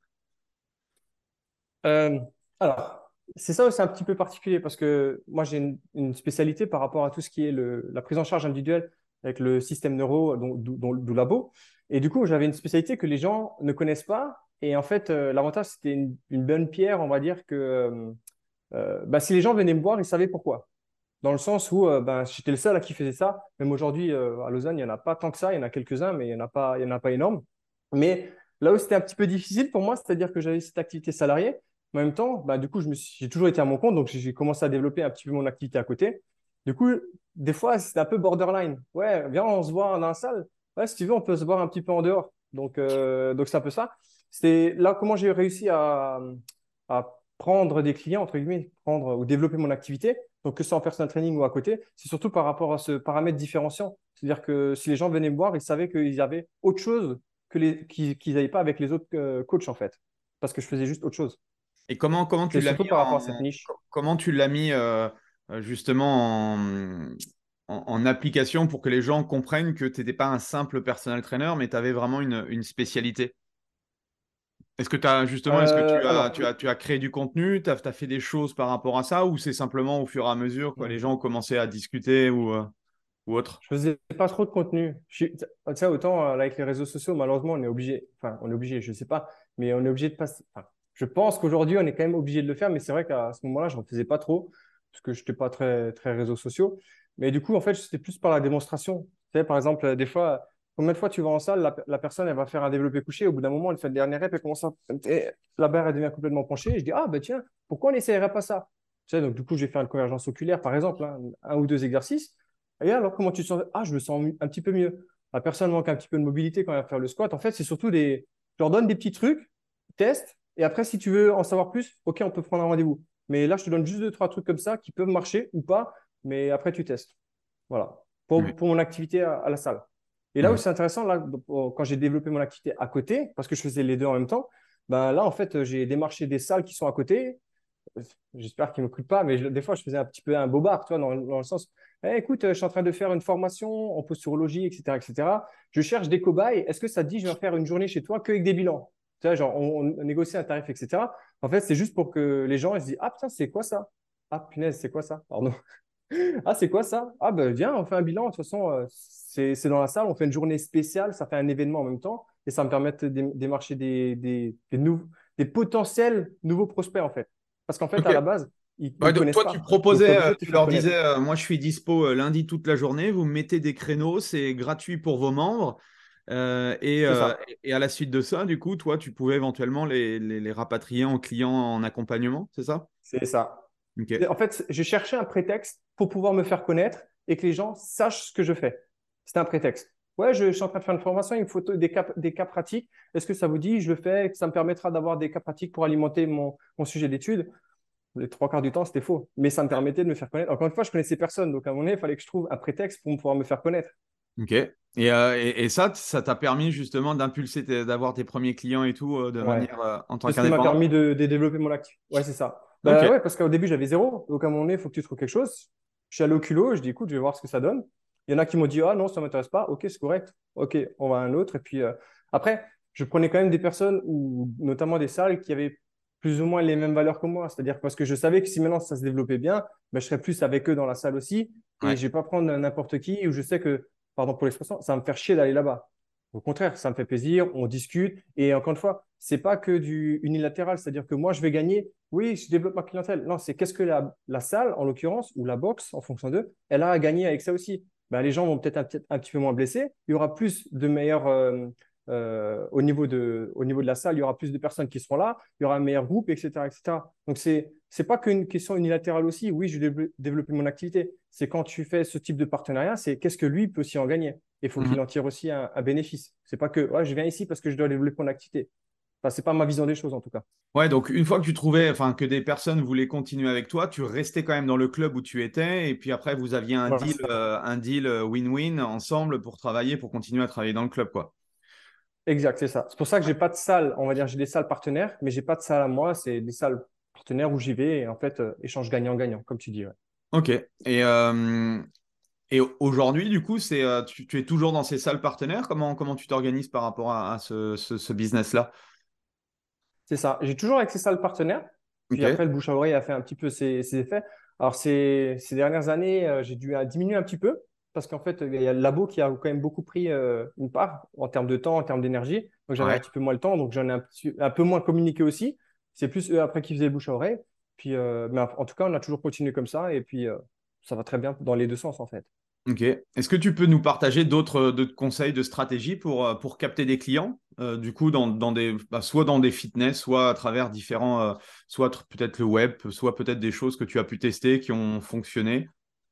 Euh, alors, c'est ça aussi un petit peu particulier parce que moi, j'ai une, une spécialité par rapport à tout ce qui est le, la prise en charge individuelle avec le système neuro, dont- d'où dont- d'où Labo. Et du coup, j'avais une spécialité que les gens ne connaissent pas. Et en fait, euh, l'avantage, c'était une, une bonne pierre, on va dire que euh, euh, bah, si les gens venaient me voir, ils savaient pourquoi. Dans le sens où euh, ben, j'étais le seul à qui faisait ça. Même aujourd'hui, euh, à Lausanne, il n'y en a pas tant que ça. Il y en a quelques-uns, mais il n'y en a pas, il y en a pas énorme. Mais là où c'était un petit peu difficile pour moi, c'est-à-dire que j'avais cette activité salariée. En même temps, bah, du coup, je me suis- j'ai toujours été à mon compte, donc j'ai commencé à développer un petit peu mon activité à côté. Du coup, des fois, c'était un peu borderline. Ouais, viens, on se voit dans la salle. Ouais, si tu veux, on peut se voir un petit peu en dehors. Donc, euh, donc c'est un peu ça. C'est là comment j'ai réussi à, à prendre des clients, entre guillemets, prendre ou développer mon activité. Donc, que ce soit en personal training ou à côté, c'est surtout par rapport à ce paramètre différenciant. C'est-à-dire que si les gens venaient me voir, ils savaient qu'ils avaient autre chose que les, qu'ils qu'ils n'avaient pas avec les autres euh, coachs, en fait. Parce que je faisais juste autre chose. Et comment, comment tu C'est l'as surtout mis par rapport à cette en, niche. comment tu l'as mis euh, euh, justement en, en- en application pour que les gens comprennent que tu n'étais pas un simple personal trainer, mais tu avais vraiment une, une spécialité? Est-ce que tu as justement, est-ce que Euh, tu as, alors, tu as, tu as créé du contenu, tu as, fait des choses par rapport à ça, ou c'est simplement au fur et à mesure, quoi, les hmm, gens ont commencé à discuter ou, euh, ou autre? je faisais pas trop de contenu. Je suis- Tu sais, autant euh, avec les réseaux sociaux, malheureusement, on est obligé, enfin, on est obligé, je sais pas, mais on est obligé de passer. Enfin, je pense qu'aujourd'hui, on est quand même obligé de le faire, mais c'est vrai qu'à ce moment-là, je ne faisais pas trop, parce que je n'étais pas très, très réseaux sociaux. Mais du coup, en fait, c'était plus par la démonstration. Tu sais, par exemple, euh, des fois, combien de fois tu vas en salle, la, la personne, elle va faire un développé couché, au bout d'un moment, elle fait le dernier rep, elle commence à. Et la barre, elle devient complètement penchée. Et je dis, ah, ben tiens, pourquoi on n'essayerait pas ça? Tu sais, donc, du coup, je vais faire une convergence oculaire, par exemple, hein, un ou deux exercices. Et alors, comment tu te sens? Ah, je me sens un petit peu mieux. La personne manque un petit peu de mobilité quand elle va faire le squat. En fait, c'est surtout des. Je leur donne des petits trucs, test, et après, si tu veux en savoir plus, OK, on peut prendre un rendez-vous. Mais là, je te donne juste deux, trois trucs comme ça qui peuvent marcher ou pas. mais après, tu testes. Voilà. Pour, Oui. pour mon activité à, à la salle. Et là où Mhm. c'est intéressant, là, quand j'ai développé mon activité à côté, parce que je faisais les deux en même temps, ben là, en fait, j'ai démarché des salles qui sont à côté. J'espère qu'ils ne m'écoutent pas, mais je- des fois, je faisais un petit peu un bobard, tu vois, dans, dans le sens, Eh, écoute, je suis en train de faire une formation en posturologie, et cetera, et cetera. Je cherche des cobayes. Est-ce que ça te dit, je vais faire une journée chez toi que avec des bilans? Tu vois, genre, on, on négocie un tarif, et cetera. En fait, c'est juste pour que les gens ils se disent, ah putain, c'est quoi ça? Ah punaise, c'est quoi ça? Pardon. Ah, c'est quoi ça? Ah, ben viens, on fait un bilan. De toute façon, euh, c'est c'est dans la salle, on fait une journée spéciale, ça fait un événement en même temps et ça me permet de dé- démarcher des, des, des, nou- des potentiels nouveaux prospects en fait. Parce qu'en fait, Ok. à la base, ils ne Ouais, me donc, connaissent toi, tu pas. Donc, tu es proposais, euh, obligé de te tu faire leur connaître. disais, euh, moi, je suis dispo euh, lundi toute la journée. Vous me mettez des créneaux, c'est gratuit pour vos membres. Euh, et, C'est euh, ça. et à la suite de ça, du coup, toi, tu pouvais éventuellement les, les, les rapatrier en clients en accompagnement, c'est ça? C'est ça. Ok. C'est- En fait, j'ai cherché un prétexte pour pouvoir me faire connaître et que les gens sachent ce que je fais. C'était un prétexte. Ouais, je, je suis en train de faire une formation, il me faut des cas, des cas pratiques. Est-ce que ça vous dit? Je le fais, ça me permettra d'avoir des cas pratiques pour alimenter mon, mon sujet d'étude. Les trois quarts du temps, c'était faux. Mais ça me permettait de me faire connaître. Encore une fois, je connaissais personne. Donc, à un moment donné, il fallait que je trouve un prétexte pour pouvoir me faire connaître. Ok. Et, euh, et, et ça, ça t'a permis justement d'impulser, tes- d'avoir tes premiers clients et tout euh, de Ouais. manière euh, en tant C'est ce qui m'a qu'indépendant? permis de, de développer mon actif. Ouais, c'est ça. Ok. Ben ouais, parce qu'au début, j'avais zéro. Donc, à un moment donné, il faut que tu trouves quelque chose. Je suis allé au culot, je dis, écoute, je vais voir ce que ça donne. Il y en a qui m'ont dit, ah non, ça ne m'intéresse pas. Ok, c'est correct. Ok, on va à un autre. Et puis, euh, après, je prenais quand même des personnes, ou notamment des salles, qui avaient plus ou moins les mêmes valeurs que moi. C'est-à-dire parce que je savais que si maintenant ça se développait bien, ben, je serais plus avec eux dans la salle aussi. Et Ouais. je ne vais pas prendre n'importe qui, où je sais que, pardon pour l'expression, ça va me faire chier d'aller là-bas. Au contraire, ça me fait plaisir, on discute. Et encore une fois, c'est pas que du unilatéral, c'est-à-dire que moi, je vais gagner, oui, je développe ma clientèle. Non, c'est qu'est-ce que la, la salle, en l'occurrence, ou la boxe, en fonction d'eux, elle a à gagner avec ça aussi. Ben, les gens vont peut-être un, peut un petit peu moins blessés. Il y aura plus de meilleurs, euh, euh, au niveau de, au niveau de la salle, il y aura plus de personnes qui seront là, il y aura un meilleur groupe, et cetera, et cetera. Donc, c'est, c'est pas qu'une question unilatérale aussi. Oui, je vais développer mon activité. C'est quand tu fais ce type de partenariat, c'est qu'est-ce que lui peut aussi en gagner. Il faut qu'il Mhm. en tire aussi un, un bénéfice. C'est pas que ouais, je viens ici parce que je dois développer mon activité. Enfin, c'est pas ma vision des choses en tout cas. Ouais, donc une fois que tu trouvais, enfin, que des personnes voulaient continuer avec toi, tu restais quand même dans le club où tu étais, et puis après, vous aviez un Voilà, deal, c'est ça. euh, un deal euh, win-win ensemble pour travailler, pour continuer à travailler dans le club, quoi. Exact, c'est ça. C'est pour ça que j'ai pas de salle, on va dire, j'ai des salles partenaires, mais j'ai pas de salle à moi. C'est des salles partenaires où j'y vais et en fait, euh, échange gagnant-gagnant, comme tu dis. Ouais. Ok. Et, euh, et aujourd'hui, du coup, c'est, euh, tu, tu es toujours dans ces salles partenaires. Comment, comment tu t'organises par rapport à, à ce, ce, ce business-là? C'est ça. J'ai toujours avec ces salles partenaires. Puis Ok. après, le bouche à oreille a fait un petit peu ses, ses effets. Alors, ces, ces dernières années, euh, j'ai dû euh, diminuer un petit peu parce qu'en fait, il y a le labo qui a quand même beaucoup pris euh, une part en termes de temps, en termes d'énergie. Donc, j'avais un Ouais. petit peu moins le temps. Donc, j'en ai un, petit- un peu moins communiqué aussi. C'est plus eux après qui faisaient le bouche à oreille. Puis, euh, mais en tout cas, on a toujours continué comme ça. Et puis, euh, ça va très bien dans les deux sens, en fait. Ok. Est-ce que tu peux nous partager d'autres d'autres conseils de stratégie pour, euh, pour capter des clients, euh, du coup, dans, dans des, bah, soit dans des fitness, soit à travers différents, euh, soit tr- peut-être le web, soit peut-être des choses que tu as pu tester qui ont fonctionné?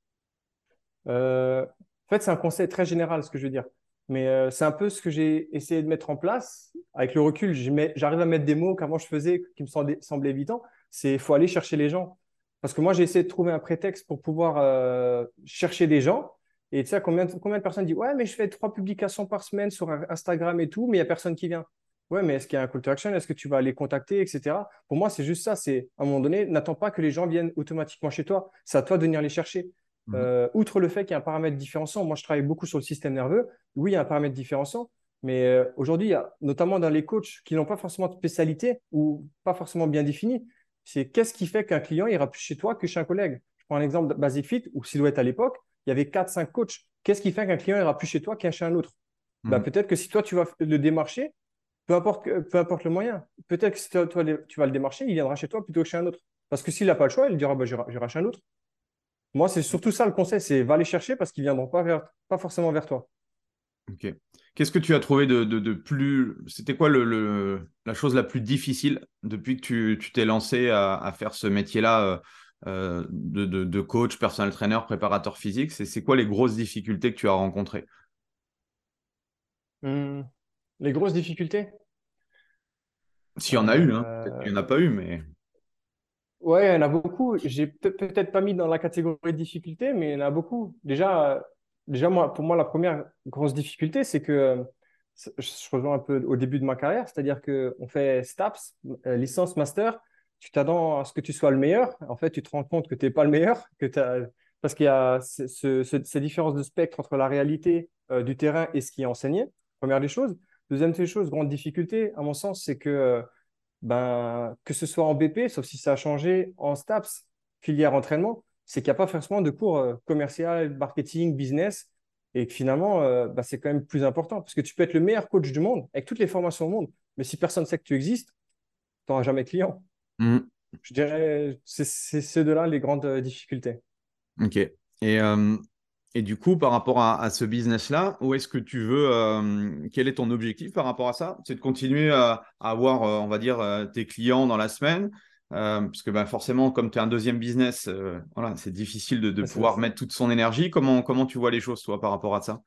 Euh, en fait, c'est un conseil très général, ce que je veux dire. Mais euh, c'est un peu ce que j'ai essayé de mettre en place. Avec le recul, j'y mets- j'arrive à mettre des mots qu'avant je faisais, qui me semblaient, semblaient évidents. C'est il faut aller chercher les gens. Parce que moi, j'ai essayé de trouver un prétexte pour pouvoir euh, chercher des gens. Et tu sais, combien, de- combien de personnes disent, ouais, mais je fais trois publications par semaine sur Instagram et tout, mais il n'y a personne qui vient. Ouais, mais est-ce qu'il y a un call to action? Est-ce que tu vas les contacter, et cetera. Pour moi, c'est juste ça. C'est à un moment donné, n'attends pas que les gens viennent automatiquement chez toi. C'est à toi de venir les chercher. Mhm. Euh, outre le fait qu'il y a un paramètre différenciant, moi je travaille beaucoup sur le système nerveux. Oui, il y a un paramètre différenciant, mais euh, aujourd'hui, il y a, notamment dans les coachs qui n'ont pas forcément de spécialité ou pas forcément bien définie, c'est qu'est-ce qui fait qu'un client ira plus chez toi que chez un collègue. Je prends un exemple de Basic Fit ou Silhouette à l'époque, il y avait quatre cinq coachs. Qu'est-ce qui fait qu'un client ira plus chez toi qu'un chez un autre? Bah, Mhm. peut-être que si toi tu vas le démarcher, peu importe, que- peu importe le moyen, peut-être que si toi, toi, tu vas le démarcher, il viendra chez toi plutôt que chez un autre. Parce que s'il n'a pas le choix, il dira bah, j'irai j'irai chez un autre. Moi, c'est surtout ça le conseil, c'est va les chercher parce qu'ils viendront pas vers, pas forcément vers toi. Ok. Qu'est-ce que tu as trouvé de, de- de plus... C'était quoi le, le- la chose la plus difficile depuis que tu tu t'es lancé à, à faire ce métier-là euh, euh, de, de- de coach, personal trainer, préparateur physique? C'est c'est quoi les grosses difficultés que tu as rencontrées? Hmm, Les grosses difficultés? S'il y en a eu, hein. Peut-être qu'il Euh, n'y en a pas eu, mais... Ouais, il y en a beaucoup. J'ai peut- peut-être pas mis dans la catégorie de difficulté, mais il y en a beaucoup. Déjà, euh, déjà moi, pour moi, la première grosse difficulté, c'est que euh, c'est- je rejoins un peu au début de ma carrière, c'est-à-dire que on fait STAPS, euh, licence, master. Tu t'attends à ce que tu sois le meilleur. En fait, tu te rends compte que tu n'es pas le meilleur, que t'as- parce qu'il y a ce- ce- ce- ces différences de spectre entre la réalité euh, du terrain et ce qui est enseigné. Première des choses. Deuxième des choses, grande difficulté, à mon sens, c'est que euh, ben, que ce soit en B P, sauf si ça a changé, en STAPS, filière entraînement, c'est qu'il n'y a pas forcément de cours euh, commercial, marketing, business, et que finalement, euh, ben, c'est quand même plus important, parce que tu peux être le meilleur coach du monde, avec toutes les formations au monde, mais si personne ne sait que tu existes, tu n'auras jamais de client. Hmm. Je dirais, c'est c'est ces deux-là les grandes euh, difficultés. Ok. Et, euh, et du coup, par rapport à, à ce business-là, où est-ce que tu veux, euh, quel est ton objectif par rapport à ça? C'est de continuer à, à avoir, euh, on va dire, euh, tes clients dans la semaine, euh, parce que ben, forcément, comme tu as un deuxième business, euh, voilà, c'est difficile de, de C'est pouvoir ça. mettre toute son énergie. Comment, comment tu vois les choses, toi, par rapport à ça?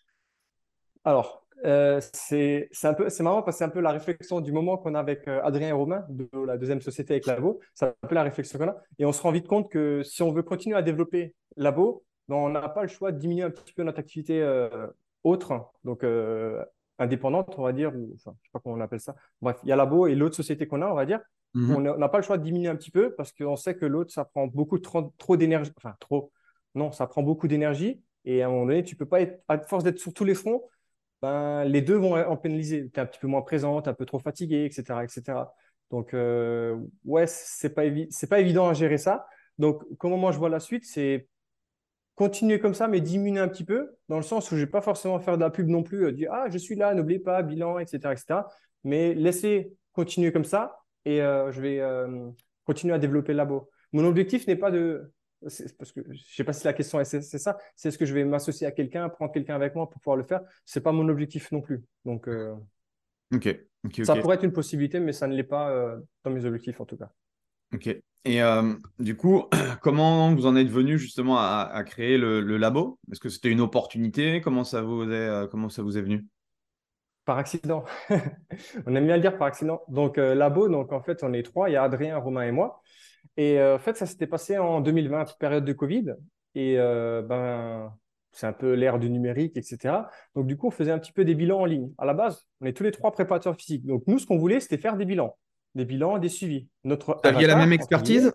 Alors, euh, c'est c'est un peu, c'est marrant parce que c'est un peu la réflexion du moment qu'on a avec euh, Adrien et Romain de la deuxième société avec Labo. C'est un peu la réflexion qu'on a. Et on se rend vite compte que si on veut continuer à développer Labo, ben, on n'a pas le choix de diminuer un petit peu notre activité euh, autre, donc euh, indépendante, on va dire, ou enfin, je sais pas comment on appelle ça. Bref, il y a Labo et l'autre société qu'on a, on va dire. On Mhm. n'a on n'a pas le choix de diminuer un petit peu parce qu'on sait que l'autre, ça prend beaucoup trop, trop d'énergie. Enfin, trop. Non, ça prend beaucoup d'énergie. Et à un moment donné, tu peux pas être, à force d'être sur tous les fronts, ben, les deux vont en pénaliser. Tu es un petit peu moins présente, un peu trop fatigué, et cetera, et cetera. Donc, euh, ouais, c'est pas évi- c'est pas évident à gérer ça. Donc, comment moi je vois la suite, c'est continuer comme ça, mais diminuer un petit peu, dans le sens où je ne vais pas forcément faire de la pub non plus, euh, dire ah, je suis là, n'oubliez pas, bilan, et cetera, et cetera. Mais laisser continuer comme ça et euh, je vais euh, continuer à développer le labo. Mon objectif n'est pas de. C'est parce que je ne sais pas si la question est c'est c'est ça, c'est est-ce que je vais m'associer à quelqu'un, prendre quelqu'un avec moi pour pouvoir le faire. Ce n'est pas mon objectif non plus. Donc, euh, Ok, ok, ça ok. pourrait être une possibilité, mais ça ne l'est pas euh, dans mes objectifs en tout cas. Ok. Et euh, du coup, comment vous en êtes venu justement à, à créer le, le labo? Est-ce que c'était une opportunité? Comment ça vous est, euh, comment ça vous est venu? Par accident. On aime bien le dire par accident. Donc, euh, labo, donc en fait, on est trois. Il y a Adrien, Romain et moi. Et euh, en fait, ça s'était passé en deux mille vingt, période de Covid. Et euh, ben, c'est un peu l'ère du numérique, et cetera. Donc, du coup, on faisait un petit peu des bilans en ligne. À la base, on est tous les trois préparateurs physiques. Donc, nous, ce qu'on voulait, c'était faire des bilans. Des bilans, des suivis. Notre Vous aviez la même avatar, entre expertise? guillemets,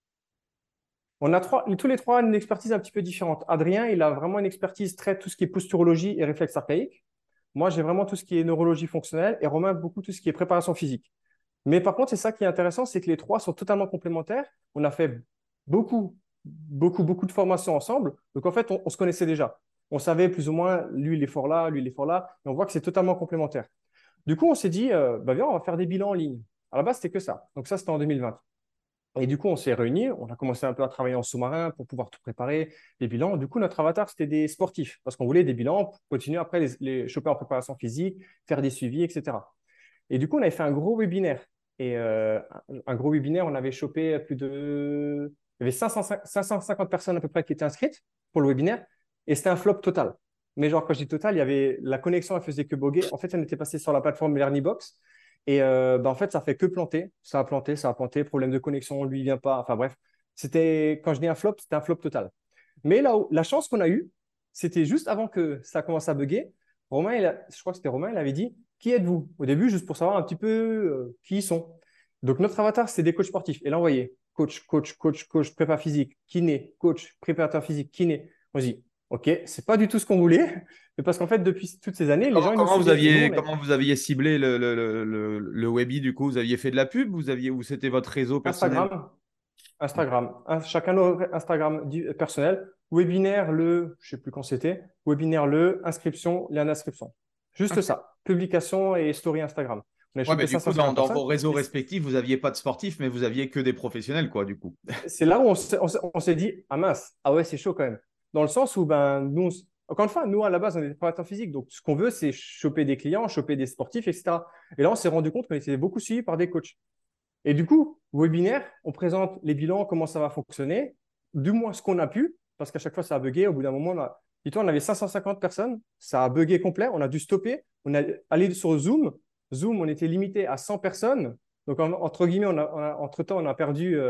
on a trois, tous les trois une expertise un petit peu différente. Adrien, il a vraiment une expertise très tout ce qui est posturologie et réflexe archaïque. Moi, j'ai vraiment tout ce qui est neurologie fonctionnelle et Romain, beaucoup tout ce qui est préparation physique. Mais par contre, c'est ça qui est intéressant, c'est que les trois sont totalement complémentaires. On a fait beaucoup, beaucoup, beaucoup de formations ensemble. Donc, en fait, on, on se connaissait déjà. On savait plus ou moins, lui, il est fort là, lui, il est fort là. Et on voit que c'est totalement complémentaire. Du coup, on s'est dit, euh, bah, viens, on va faire des bilans en ligne. À la base, c'était que ça. Donc, ça, c'était en deux mille vingt. Et du coup, on s'est réunis, on a commencé un peu à travailler en sous-marin pour pouvoir tout préparer, les bilans. Du coup, notre avatar, c'était des sportifs, parce qu'on voulait des bilans pour continuer après les, les choper en préparation physique, faire des suivis, et cetera. Et du coup, on avait fait un gros webinaire. Et euh, un, un gros webinaire, on avait chopé plus de. Il y avait cinq cents cinq cent cinquante personnes à peu près qui étaient inscrites pour le webinaire. Et c'était un flop total. Mais genre, quand je dis total, il y avait la connexion, elle faisait que boguer. En fait, on était passé sur la plateforme Lernibox. Et euh, bah, en fait, ça fait que planter. Ça a planté, ça a planté. Problème de connexion, lui, il vient pas. Enfin bref, c'était quand je dis un flop, c'était un flop total. Mais là, où- la chance qu'on a eue, c'était juste avant que ça commence à bugger. Romain, il a- je crois que c'était Romain, il avait dit qui êtes-vous au début, juste pour savoir un petit peu euh, qui ils sont. Donc, notre avatar, c'est des coachs sportifs. Et là, on voyait coach, coach, coach, coach, prépa physique, kiné, coach, préparateur physique, kiné. On se dit, OK, c'est pas du tout ce qu'on voulait, mais parce qu'en fait, depuis toutes ces Et années, les comment, gens, ils nous comment vous suivaient. Et nous, aviez, on est comment vous aviez ciblé le, le, le, le, le Webi du coup? Vous aviez fait de la pub? Vous aviez, ou c'était votre réseau personnel? Instagram, Instagram, Un- chacun nos Instagram di- personnel, webinaire le, je sais plus quand c'était, webinaire le, inscription, lien d'inscription. Juste Ok. ça, publication et story Instagram. On a Ouais, mais chopé du coup, dans, cinq cent cinquante dans personnes. vos réseaux Et c- respectifs, vous n'aviez pas de sportifs, mais vous aviez que des professionnels, quoi, du coup. c'est là où on s'est on s'est- on s'est dit, ah mince, ah ouais, c'est chaud quand même. Dans le sens où, ben, nous, on s- encore une fois, nous, à la base, on est des préparateurs physiques. Donc, ce qu'on veut, c'est choper des clients, choper des sportifs, et cetera. Et là, on s'est rendu compte qu'on était beaucoup suivis par des coachs. Et du coup, webinaire, on présente les bilans, comment ça va fonctionner, du moins ce qu'on a pu, parce qu'à chaque fois, ça a bugué. Au bout d'un moment, on a, dis-toi, on avait cinq cent cinquante personnes, ça a bugué complet, on a dû stopper. On a allé sur Zoom. Zoom, on était limité à cent personnes. Donc, en- entre guillemets, on a, on a- entre-temps, on a perdu euh,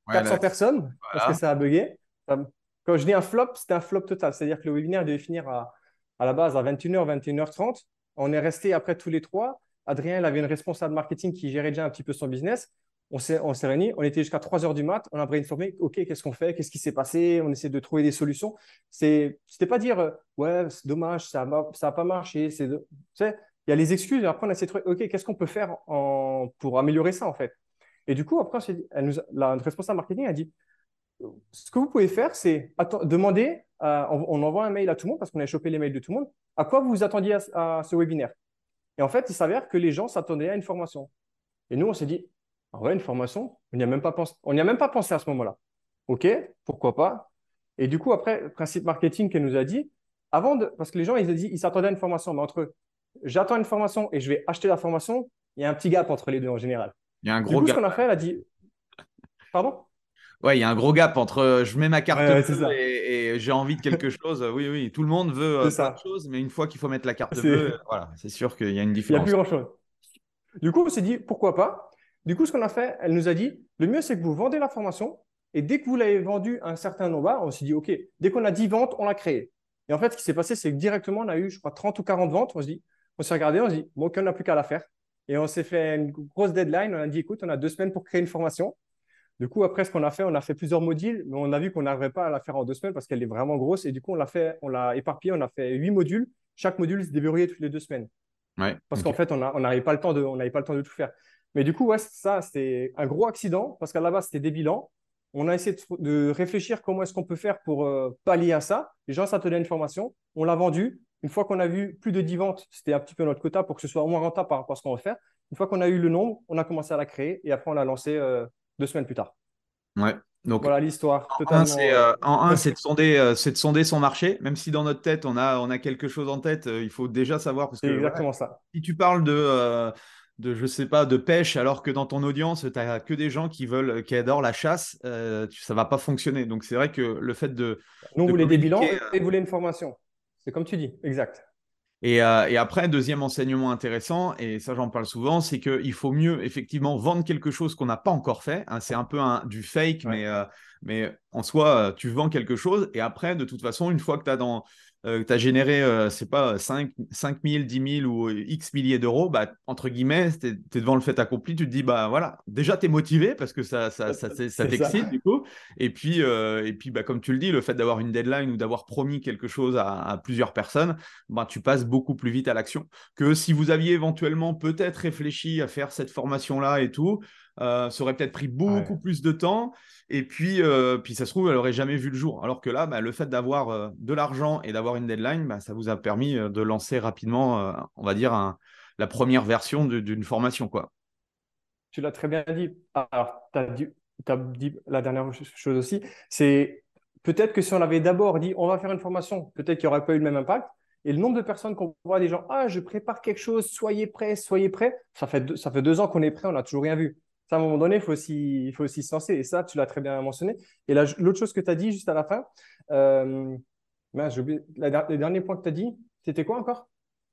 Ouais, quatre cents là, personnes parce que voilà. ça a bugué. Quand je dis un flop, c'était un flop total. C'est-à-dire que le webinaire devait finir à, à la base à vingt et une heures, vingt et une heures trente. On est resté après tous les trois. Adrien, il avait une responsable marketing qui gérait déjà un petit peu son business. On s'est, on s'est réunis, on était jusqu'à trois heures du mat, on a brainstormé, OK, qu'est-ce qu'on fait, qu'est-ce qui s'est passé, on essaie de trouver des solutions. C'est, c'était pas dire, euh, ouais, c'est dommage, ça n'a ça a pas marché. C'est de- tu sais, il y a les excuses, et après on a essayé de trouver, OK, qu'est-ce qu'on peut faire en, pour améliorer ça en fait. Et du coup, après, on s'est dit- elle nous a- la responsable marketing a dit, ce que vous pouvez faire, c'est atten- demander, à- on, on envoie un mail à tout le monde parce qu'on a chopé les mails de tout le monde, à quoi vous vous attendiez à, à ce webinaire. Et en fait, il s'avère que les gens s'attendaient à une formation. Et nous, on s'est dit, ah ouais, une formation, on n'y a même pas pensé, on n'y a même pas pensé à ce moment-là. OK, pourquoi pas? Et du coup, après, le principe marketing qu'elle nous a dit, avant de, parce que les gens, ils, ont dit- ils s'attendaient à une formation, mais entre j'attends une formation et je vais acheter la formation, il y a un petit gap entre les deux en général. Il y a un Du gros coup, ce gap. qu'on a fait, elle a dit, pardon? Ouais, il y a un gros gap entre euh, je mets ma Ouais, carte ouais, c'est bleue ça. et, et j'ai envie de quelque chose. Oui, oui, tout le monde veut euh, C'est plein de ça. choses, mais une fois qu'il faut mettre la carte bleue, euh, C'est, voilà, c'est sûr qu'il y a une il n'y a plus différence. grand-chose. Du coup, on s'est dit, pourquoi pas? Du coup, ce qu'on a fait, elle nous a dit, le mieux, c'est que vous vendez la formation et dès que vous l'avez vendue à un certain nombre, on s'est dit, OK, dès qu'on a dix ventes, on l'a créée. Et en fait, ce qui s'est passé, c'est que directement, on a eu, je crois, trente ou quarante ventes. On s'est dit, on s'est regardé, on s'est dit, bon, OK, on n'a plus qu'à la faire. Et on s'est fait une grosse deadline. On a dit, écoute, on a deux semaines pour créer une formation. Du coup, après, ce qu'on a fait, on a fait plusieurs modules, mais on a vu qu'on n'arriverait pas à la faire en deux semaines parce qu'elle est vraiment grosse. Et du coup, on l'a fait, on l'a éparpillé, on a fait huit modules. Chaque module se déverrouillait toutes les deux semaines Ouais, parce ok. qu'en fait, on a- on n'avait pas le temps de, on n'avait pas le temps de tout faire. Mais du coup, ouais, ça, c'était un gros accident parce qu'à la base, c'était des bilans. On a essayé de, de réfléchir comment est-ce qu'on peut faire pour euh, pallier à ça. Les gens s'attendaient à une formation, on l'a vendue. Une fois qu'on a vu plus de dix ventes, c'était un petit peu notre quota pour que ce soit au moins rentable par rapport à ce qu'on va faire. Une fois qu'on a eu le nombre, on a commencé à la créer et après, on l'a lancée euh, deux semaines plus tard. Ouais. Donc, Voilà l'histoire, en un, c'est totalement. euh, euh, en un, c'est de sonder, euh, c'est de sonder son marché. Même si dans notre tête, on a, on a quelque chose en tête, euh, il faut déjà savoir parce C'est que voilà, exactement ça. si tu parles de, euh, de, je sais pas, de pêche, alors que dans ton audience, tu n'as que des gens qui veulent, qui adorent la chasse, euh, tu- ça va pas fonctionner. Donc, c'est vrai que le fait de, Nous, on de voulait des bilans, communiquer. eux, ils voulaient une formation. C'est comme tu dis, exact. Et, euh, et après, deuxième enseignement intéressant, et ça j'en parle souvent, c'est qu'il faut mieux effectivement vendre quelque chose qu'on n'a pas encore fait. Hein, c'est un peu un, du fake, Ouais. mais, euh, mais en soi, euh, tu vends quelque chose. Et après, de toute façon, une fois que tu as, dans, euh, que t'as généré, euh, c'est pas cinq mille, dix mille ou euh, X milliers d'euros, bah, entre guillemets, tu es, devant le fait accompli, tu te dis, bah voilà, déjà tu es motivé parce que ça, ça, ça, ça, ça C'est ça. t'excite du coup. Et puis, euh, et puis bah, comme tu le dis, le fait d'avoir une deadline ou d'avoir promis quelque chose à, à plusieurs personnes, ben, tu passes beaucoup plus vite à l'action que si vous aviez éventuellement peut-être réfléchi à faire cette formation-là et tout. Euh, ça aurait peut-être pris beaucoup Ouais. plus de temps et puis, euh, puis ça se trouve, elle n'aurait jamais vu le jour. Alors que là, bah, le fait d'avoir euh, de l'argent et d'avoir une deadline, bah, ça vous a permis euh, de lancer rapidement, euh, on va dire, un, la première version de, d'une formation, quoi. Tu l'as très bien dit. Alors, tu as dit, t'as dit la dernière chose aussi, c'est peut-être que si on avait d'abord dit on va faire une formation, peut-être qu'il n'y aurait pas eu le même impact. Et le nombre de personnes qu'on voit des gens, ah, je prépare quelque chose, soyez prêts, soyez prêts. Ça fait deux, ça fait deux ans qu'on est prêt, on n'a toujours rien vu. Ça, à un moment donné, il faut aussi, il faut aussi se lancer. Et ça, tu l'as très bien mentionné. Et là, l'autre chose que tu as dit juste à la fin, euh, mince, j'ai oublié, la- le dernier point que tu as dit, c'était quoi encore?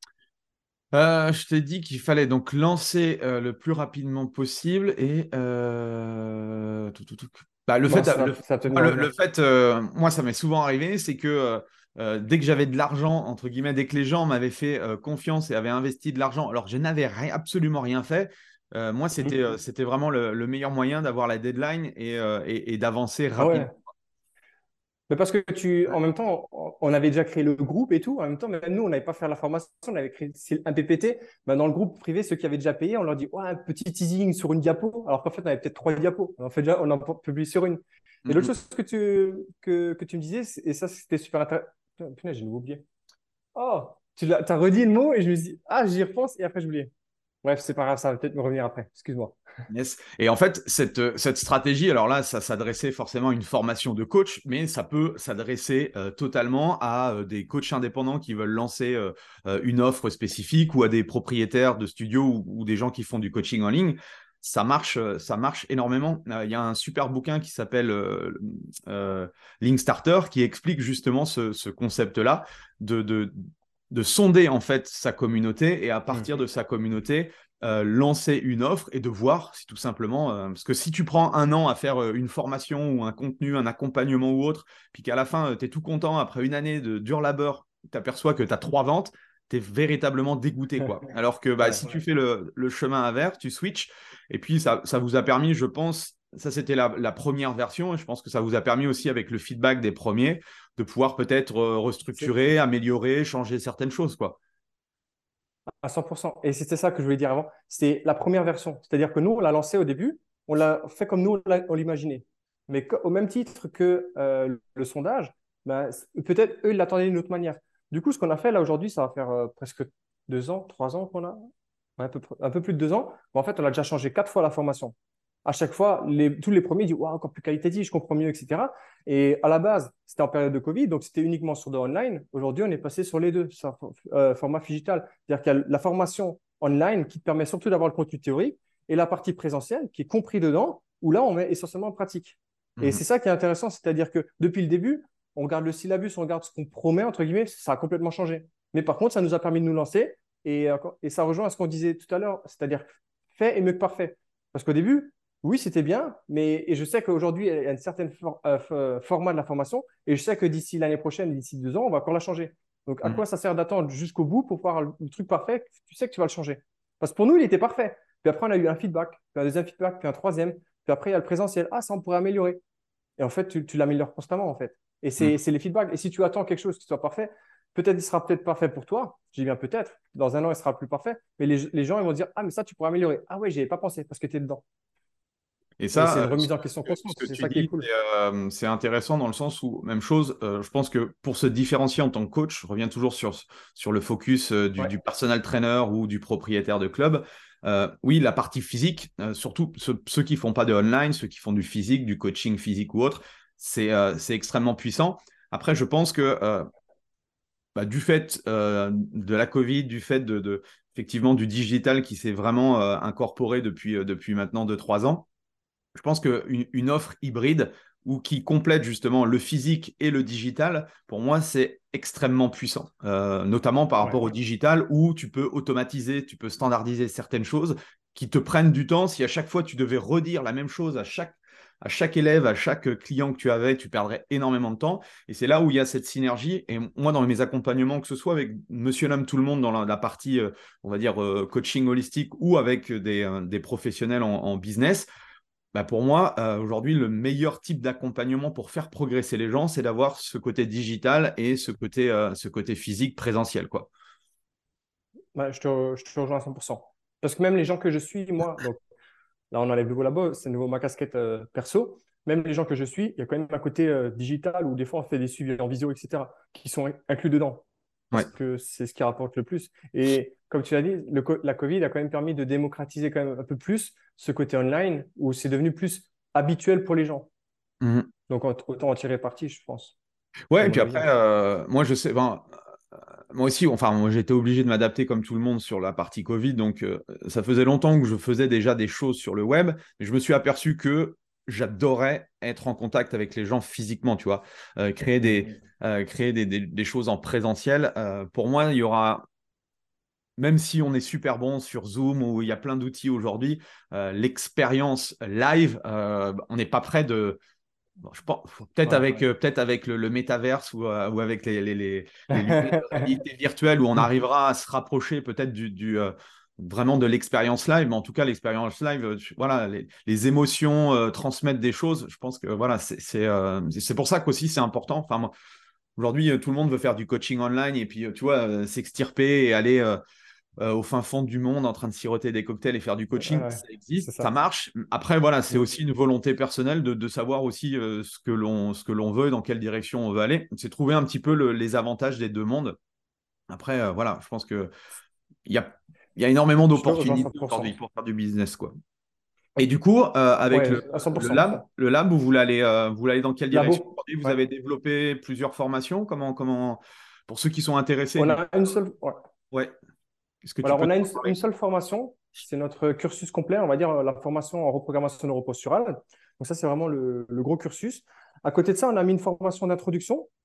Euh, je t'ai dit qu'il fallait donc lancer euh, le plus rapidement possible et euh, tout, tout, tout. Bah, le fait, Mince, ça, le, ça va peut-être moi, me le, le revenir. fait euh, moi, ça m'est souvent arrivé, c'est que euh, euh, dès que j'avais de l'argent, entre guillemets, dès que les gens m'avaient fait euh, confiance et avaient investi de l'argent, alors je n'avais rien- absolument rien fait, euh, moi, c'était Mhm. euh, c'était vraiment le, le meilleur moyen d'avoir la deadline et, euh, et, et d'avancer Ah rapidement. ouais. Mais parce que tu, en même temps, on on avait déjà créé le groupe et tout. En même temps, même nous, on n'avait pas fait la formation, on avait créé un P P T. Ben, dans le groupe privé, ceux qui avaient déjà payé, on leur dit ouais, un petit teasing sur une diapo. Alors qu'en fait, on avait peut-être trois diapos. On en fait déjà, on en publie sur une. Et l'autre Mhm. chose que tu, que, que tu me disais, c'est- et ça, c'était super intéressant. Putain, j'ai oublié. Oh, tu l'as, t'as redit le mot et je me suis dit, ah, j'y repense et après, j'ai oublié. Bref, c'est pas grave, ça va peut-être me revenir après. Excuse-moi. Yes. Et en fait, cette, euh, cette stratégie, alors là, ça s'adressait forcément à une formation de coach, mais ça peut s'adresser euh, totalement à euh, des coachs indépendants qui veulent lancer euh, euh, une offre spécifique ou à des propriétaires de studios ou, ou des gens qui font du coaching en ligne. Ça marche, euh, ça marche énormément. Euh, Il y a un super bouquin qui s'appelle euh, euh, Link Starter qui explique justement ce, ce concept-là de, de, de sonder en fait sa communauté et à Hmm. partir de sa communauté, euh, lancer une offre et de voir si tout simplement, euh, parce que si tu prends un an à faire euh, une formation ou un contenu, un accompagnement ou autre, puis qu'à la fin, euh, tu es tout content, après une année de dur labeur, tu aperçois que tu as trois ventes, tu es véritablement dégoûté, quoi. Alors que bah, Ouais, si tu fais le, le chemin inverse, tu switches, et puis ça, ça vous a permis, je pense, ça c'était la, la première version, et je pense que ça vous a permis aussi avec le feedback des premiers de pouvoir peut-être euh, c'est restructurer, améliorer, changer certaines choses, quoi. à cent pour cent. Et c'était ça que je voulais dire avant. C'était la première version. C'est-à-dire que nous, on l'a lancé au début, on l'a fait comme nous, on l'a- on l'imaginait. Mais co- au même titre que euh, le sondage, ben, c- peut-être eux, ils l'attendaient d'une autre manière. Du coup, ce qu'on a fait là aujourd'hui, ça va faire euh, presque deux ans, trois ans qu'on a, ouais, un peu, pr- un peu plus de deux ans. Mais en fait, on a déjà changé quatre fois la formation. À chaque fois, les- tous les premiers disent, waouh, encore plus qualitatif, je comprends mieux, et cetera. Et à la base, c'était en période de Covid, donc c'était uniquement sur de online. Aujourd'hui, on est passé sur les deux, sur euh, format digital. C'est-à-dire qu'il y a la formation online qui te permet surtout d'avoir le contenu théorique et la partie présentielle qui est compris dedans, où là, on met essentiellement en pratique. Et Mhm. c'est ça qui est intéressant, c'est-à-dire que depuis le début, on regarde le syllabus, on regarde ce qu'on promet, entre guillemets, ça a complètement changé. Mais par contre, ça nous a permis de nous lancer et, et ça rejoint à ce qu'on disait tout à l'heure, c'est-à-dire fait est mieux que parfait. Parce qu'au début, oui, c'était bien, mais et je sais qu'aujourd'hui, il y a une certaine for- euh, f- format de la formation et je sais que d'ici l'année prochaine, d'ici deux ans, on va encore la changer. Donc, à Mhm. quoi ça sert d'attendre jusqu'au bout pour voir le, le truc parfait? Tu sais que tu vas le changer. Parce que pour nous, il était parfait. Puis après, on a eu un feedback, puis un deuxième feedback, puis un troisième. Puis après, il y a le présentiel. Ah, ça, on pourrait améliorer. Et en fait, tu, tu l'améliores constamment, en fait. Et c'est Mhm. c'est les feedbacks. Et si tu attends quelque chose qui soit parfait, peut-être il sera peut-être parfait pour toi. Je dis bien peut-être. Dans un an, il sera plus parfait. Mais les, les gens, ils vont dire, ah, mais ça, tu pourrais améliorer. Ah ouais, j'y avais pas pensé parce que tu es dedans. Et Et c'est ça, une euh, ce remise en que, question ce que- ce constante. que C'est tu ça qui est dis, cool. c'est euh, c'est intéressant dans le sens où, même chose, euh, je pense que pour se différencier en tant que coach, je reviens toujours sur, sur le focus euh, du, Ouais, du personal trainer ou du propriétaire de club. Euh, oui, la partie physique, euh, surtout ceux, ceux qui font pas de online, ceux qui font du physique, du coaching physique ou autre, c'est euh, c'est extrêmement puissant. Après, je pense que euh, bah, du fait euh, de la Covid, du fait de, de- effectivement du digital qui s'est vraiment euh, incorporé depuis, euh, depuis maintenant deux trois ans, je pense qu'une une offre hybride ou qui complète justement le physique et le digital, pour moi, c'est extrêmement puissant, Euh, notamment par ouais. rapport au digital où tu peux automatiser, tu peux standardiser certaines choses qui te prennent du temps. Si à chaque fois tu devais redire la même chose à chaque, à chaque élève, à chaque client que tu avais, tu perdrais énormément de temps. Et c'est là où il y a cette synergie. Et moi, dans mes accompagnements, que ce soit avec Monsieur L'Homme Tout le Monde dans la, la partie, euh, on va dire, euh, coaching holistique ou avec des, euh, des professionnels en, en business, bah pour moi, euh, aujourd'hui, le meilleur type d'accompagnement pour faire progresser les gens, c'est d'avoir ce côté digital et ce côté, euh, ce côté physique présentiel, quoi. Ouais, je te, je te rejoins à cent pour cent. Parce que même les gens que je suis, moi, donc là, on enlève le nouveau labo, c'est nouveau ma casquette euh, perso. Même les gens que je suis, il y a quand même un côté euh, digital où des fois on fait des suivis en visio, et cetera, qui sont inclus dedans. Ouais. Parce que c'est ce qui rapporte le plus. Et comme tu l'as dit, le co- la Covid a quand même permis de démocratiser quand même un peu plus ce côté online où c'est devenu plus habituel pour les gens. Mhm. Donc aut- autant en tirer parti, je pense. Ouais, C'est et mon puis après, avis. euh, moi, je sais, ben, euh, moi aussi, enfin, moi, j'ai été obligé de m'adapter comme tout le monde sur la partie Covid. Donc, euh, ça faisait longtemps que je faisais déjà des choses sur le web, mais je me suis aperçu que j'adorais être en contact avec les gens physiquement, tu vois. Euh, créer des, Mhm. euh, créer des, des- des choses en présentiel. Euh, pour moi, il y aura même si on est super bon sur Zoom ou il y a plein d'outils aujourd'hui, euh, l'expérience live, euh, on n'est pas prêt de. Bon, je pense, faut- peut-être Ouais. avec, euh, peut-être avec le, le métaverse ou, euh, ou avec les, les, les, les lunettes de réalité virtuelle où on arrivera à se rapprocher peut-être du, du, euh, vraiment de l'expérience live. Mais en tout cas, l'expérience live, euh, tu- voilà, les, les émotions, euh, transmettre des choses, je pense que voilà, c'est c'est euh, c'est- c'est pour ça qu'aussi c'est important. Enfin, moi, aujourd'hui, euh, tout le monde veut faire du coaching online et puis, euh, tu vois, euh, s'extirper et aller. Euh, euh, au fin fond du monde en train de siroter des cocktails et faire du coaching, Ouais, ça c'est existe, ça ça. marche. Après, voilà, c'est Mm. aussi une volonté personnelle de, de savoir aussi euh, ce que l'on ce que l'on veut et dans quelle direction on veut aller. C'est trouver un petit peu le- les avantages des deux mondes. Après, euh, voilà, je pense que il y a, il y a énormément Je te rejoins à d'opportunités aujourd'hui cent pour cent. pour faire du business, quoi. Et du coup, euh, avec Ouais, le, à le cent pour cent. lab, le lab, vous voulez aller, euh, vous voulez aller dans quelle direction Labo. aujourd'hui? Vous Ouais. avez développé plusieurs formations. Comment, comment, pour ceux qui sont intéressés, On du coup, a une seule. Ouais. ouais, est-ce que tu Alors, peux on a nous une, en une parler? seule formation, c'est notre cursus complet, on va dire la formation en reprogrammation neuroposturale. Donc ça, c'est vraiment le, le gros cursus. À côté de ça, on a mis une formation d'introduction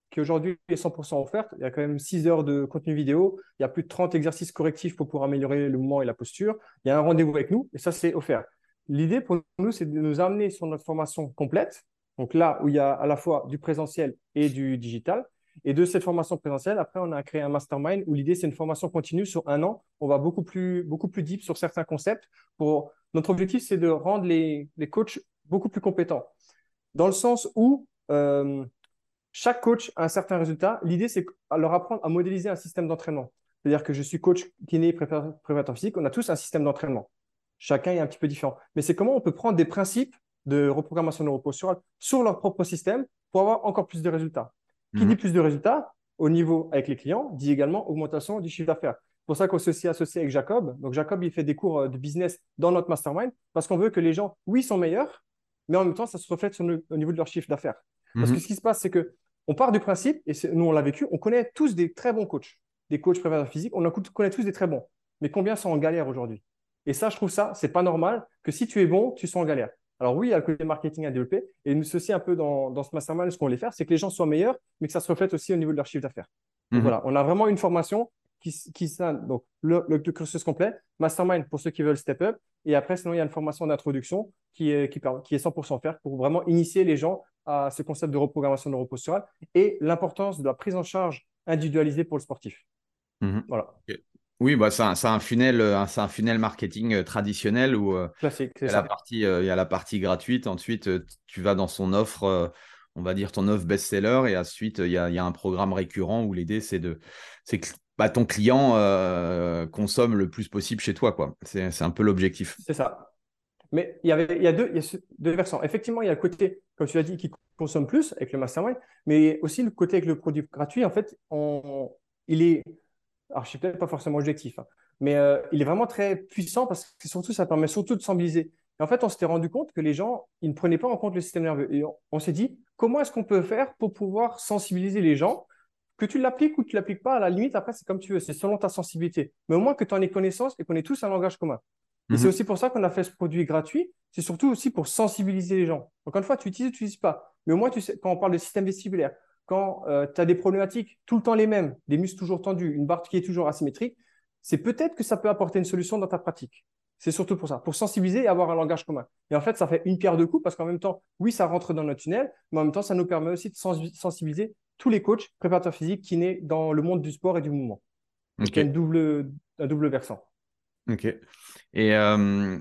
qui aujourd'hui est cent pour cent offerte. Il y a quand même six heures de contenu vidéo. Il y a plus de trente exercices correctifs pour pouvoir améliorer le mouvement et la posture. Il y a un rendez-vous avec nous et ça, c'est offert. L'idée pour nous, c'est de nous amener sur notre formation complète. Donc là où il y a à la fois du présentiel et du digital. Et de cette formation présentielle, après, on a créé un mastermind où l'idée, c'est une formation continue sur un an. On va beaucoup plus, beaucoup plus deep sur certains concepts. Pour... Notre objectif, c'est de rendre les, les coachs beaucoup plus compétents. Dans le sens où euh, chaque coach a un certain résultat. L'idée, c'est de leur apprendre à modéliser un système d'entraînement. C'est-à-dire que je suis coach kiné, préparateur physique. On a tous un système d'entraînement. Chacun est un petit peu différent. Mais c'est comment on peut prendre des principes de reprogrammation neuroposturale sur leur propre système pour avoir encore plus de résultats. Qui dit plus de résultats au niveau avec les clients, dit également augmentation du chiffre d'affaires. C'est pour ça qu'on s'est aussi associé avec Jacob. Donc, Jacob, il fait des cours de business dans notre mastermind parce qu'on veut que les gens, oui, sont meilleurs, mais en même temps, ça se reflète sur le, au niveau de leur chiffre d'affaires. Parce mm-hmm. que ce qui se passe, c'est qu'on part du principe, et nous, on l'a vécu, on connaît tous des très bons coachs, des coachs préparateurs physiques, on connaît tous des très bons. Mais combien sont en galère aujourd'hui? Et ça, je trouve ça, c'est pas normal que si tu es bon, tu sois en galère. Alors oui, il y a le côté marketing à développer. Et nous aussi, un peu dans, dans ce mastermind, ce qu'on voulait faire, c'est que les gens soient meilleurs, mais que ça se reflète aussi au niveau de leur chiffre d'affaires. Donc mm-hmm. voilà, on a vraiment une formation qui, qui donc le, le, le cursus complet, mastermind pour ceux qui veulent step up. Et après, sinon, il y a une formation d'introduction qui est, qui, qui est cent pour cent offerte pour vraiment initier les gens à ce concept de reprogrammation neuroposturale et l'importance de la prise en charge individualisée pour le sportif. Mm-hmm. Voilà. Okay. Oui, bah, c'est un, un, funnel, un funnel marketing traditionnel où euh, Classique, il, y a la partie, euh, il y a la partie gratuite. Ensuite, euh, tu vas dans son offre, euh, on va dire ton offre best-seller. Et ensuite, il y a, il y a un programme récurrent où l'idée, c'est de, c'est que bah, ton client euh, consomme le plus possible chez toi, quoi. C'est, c'est un peu l'objectif. C'est ça. Mais il y, avait, il y a, deux, il y a deux versants. Effectivement, il y a le côté, comme tu l'as dit, qui consomme plus avec le mastermind, mais aussi le côté avec le produit gratuit. En fait, on, il est... Alors, je ne suis peut-être pas forcément objectif, hein, mais euh, il est vraiment très puissant parce que surtout, ça permet surtout de sensibiliser. Et en fait, on s'était rendu compte que les gens, ils ne prenaient pas en compte le système nerveux. Et on, on s'est dit, comment est-ce qu'on peut faire pour pouvoir sensibiliser les gens? Que tu l'appliques ou que tu ne l'appliques pas, à la limite, après, c'est comme tu veux, c'est selon ta sensibilité. Mais au moins que tu en aies connaissance et qu'on ait tous un langage commun. Et mm-hmm. c'est aussi pour ça qu'on a fait ce produit gratuit. C'est surtout aussi pour sensibiliser les gens. Encore une fois, tu utilises ou tu n'utilises pas. Mais au moins, tu sais, quand on parle de système vestibulaire, quand euh, tu as des problématiques tout le temps les mêmes, des muscles toujours tendus, une barre qui est toujours asymétrique, c'est peut-être que ça peut apporter une solution dans ta pratique. C'est surtout pour ça, pour sensibiliser et avoir un langage commun. Et en fait, ça fait une pierre deux coups parce qu'en même temps, oui, ça rentre dans notre tunnel, mais en même temps, ça nous permet aussi de sensibiliser tous les coachs, préparateurs physiques qui naissent dans le monde du sport et du mouvement. Donc, okay. Il y a une double, un double versant. Ok. Et... Euh...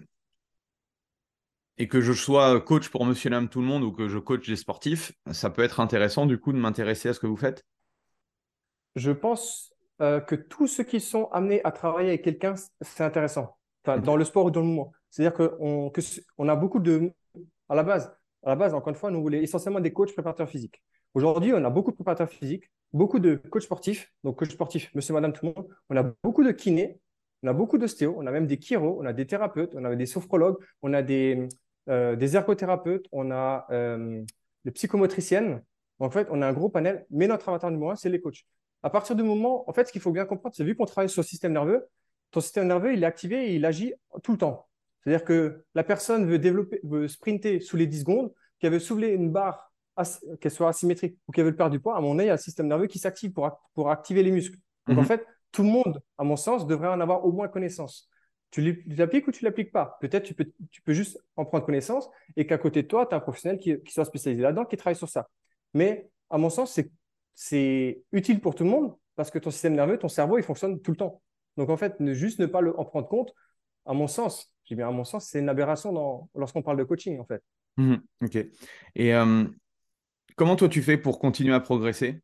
et que je sois coach pour Monsieur Madame Tout le Monde ou que je coach des sportifs, ça peut être intéressant du coup de m'intéresser à ce que vous faites? Je pense euh, que tous ceux qui sont amenés à travailler avec quelqu'un, c'est intéressant. Enfin, dans le sport ou dans le mouvement. C'est-à-dire qu'on que, on a beaucoup de... À la base, à la base, encore une fois, nous voulons essentiellement des coachs préparateurs physiques. Aujourd'hui, on a beaucoup de préparateurs physiques, beaucoup de coachs sportifs. Donc, coach sportif, Monsieur Madame Tout le Monde. On a beaucoup de kinés, on a beaucoup d'ostéos, on a même des chiro, on a des thérapeutes, on a des sophrologues, on a des... Euh, des ergothérapeutes, on a euh, des psychomotriciennes. En fait, on a un gros panel, mais notre avatar numéro un, c'est les coachs. À partir du moment, en fait, ce qu'il faut bien comprendre, c'est vu qu'on travaille sur le système nerveux, ton système nerveux, il est activé et il agit tout le temps. C'est-à-dire que la personne veut développer, veut sprinter sous les dix secondes, qu'elle veut soulever une barre, qu'elle soit asymétrique ou qu'elle veut perdre du poids, à mon avis, il y a le système nerveux qui s'active pour, pour activer les muscles. Donc, mm-hmm. en fait, tout le monde, à mon sens, devrait en avoir au moins connaissance. Tu l'appliques ou tu ne l'appliques pas. Peut-être tu peux, tu peux juste en prendre connaissance et qu'à côté de toi, tu as un professionnel qui, qui soit spécialisé là-dedans, qui travaille sur ça. Mais à mon sens, c'est utile pour tout le monde parce que ton système nerveux, ton cerveau, il fonctionne tout le temps. Donc, en fait, ne, juste ne pas le, en prendre compte, à mon sens, j'ai bien à mon sens, c'est une aberration lorsqu'on parle de coaching, en fait. Mmh, ok. Et euh, comment toi, tu fais pour continuer à progresser?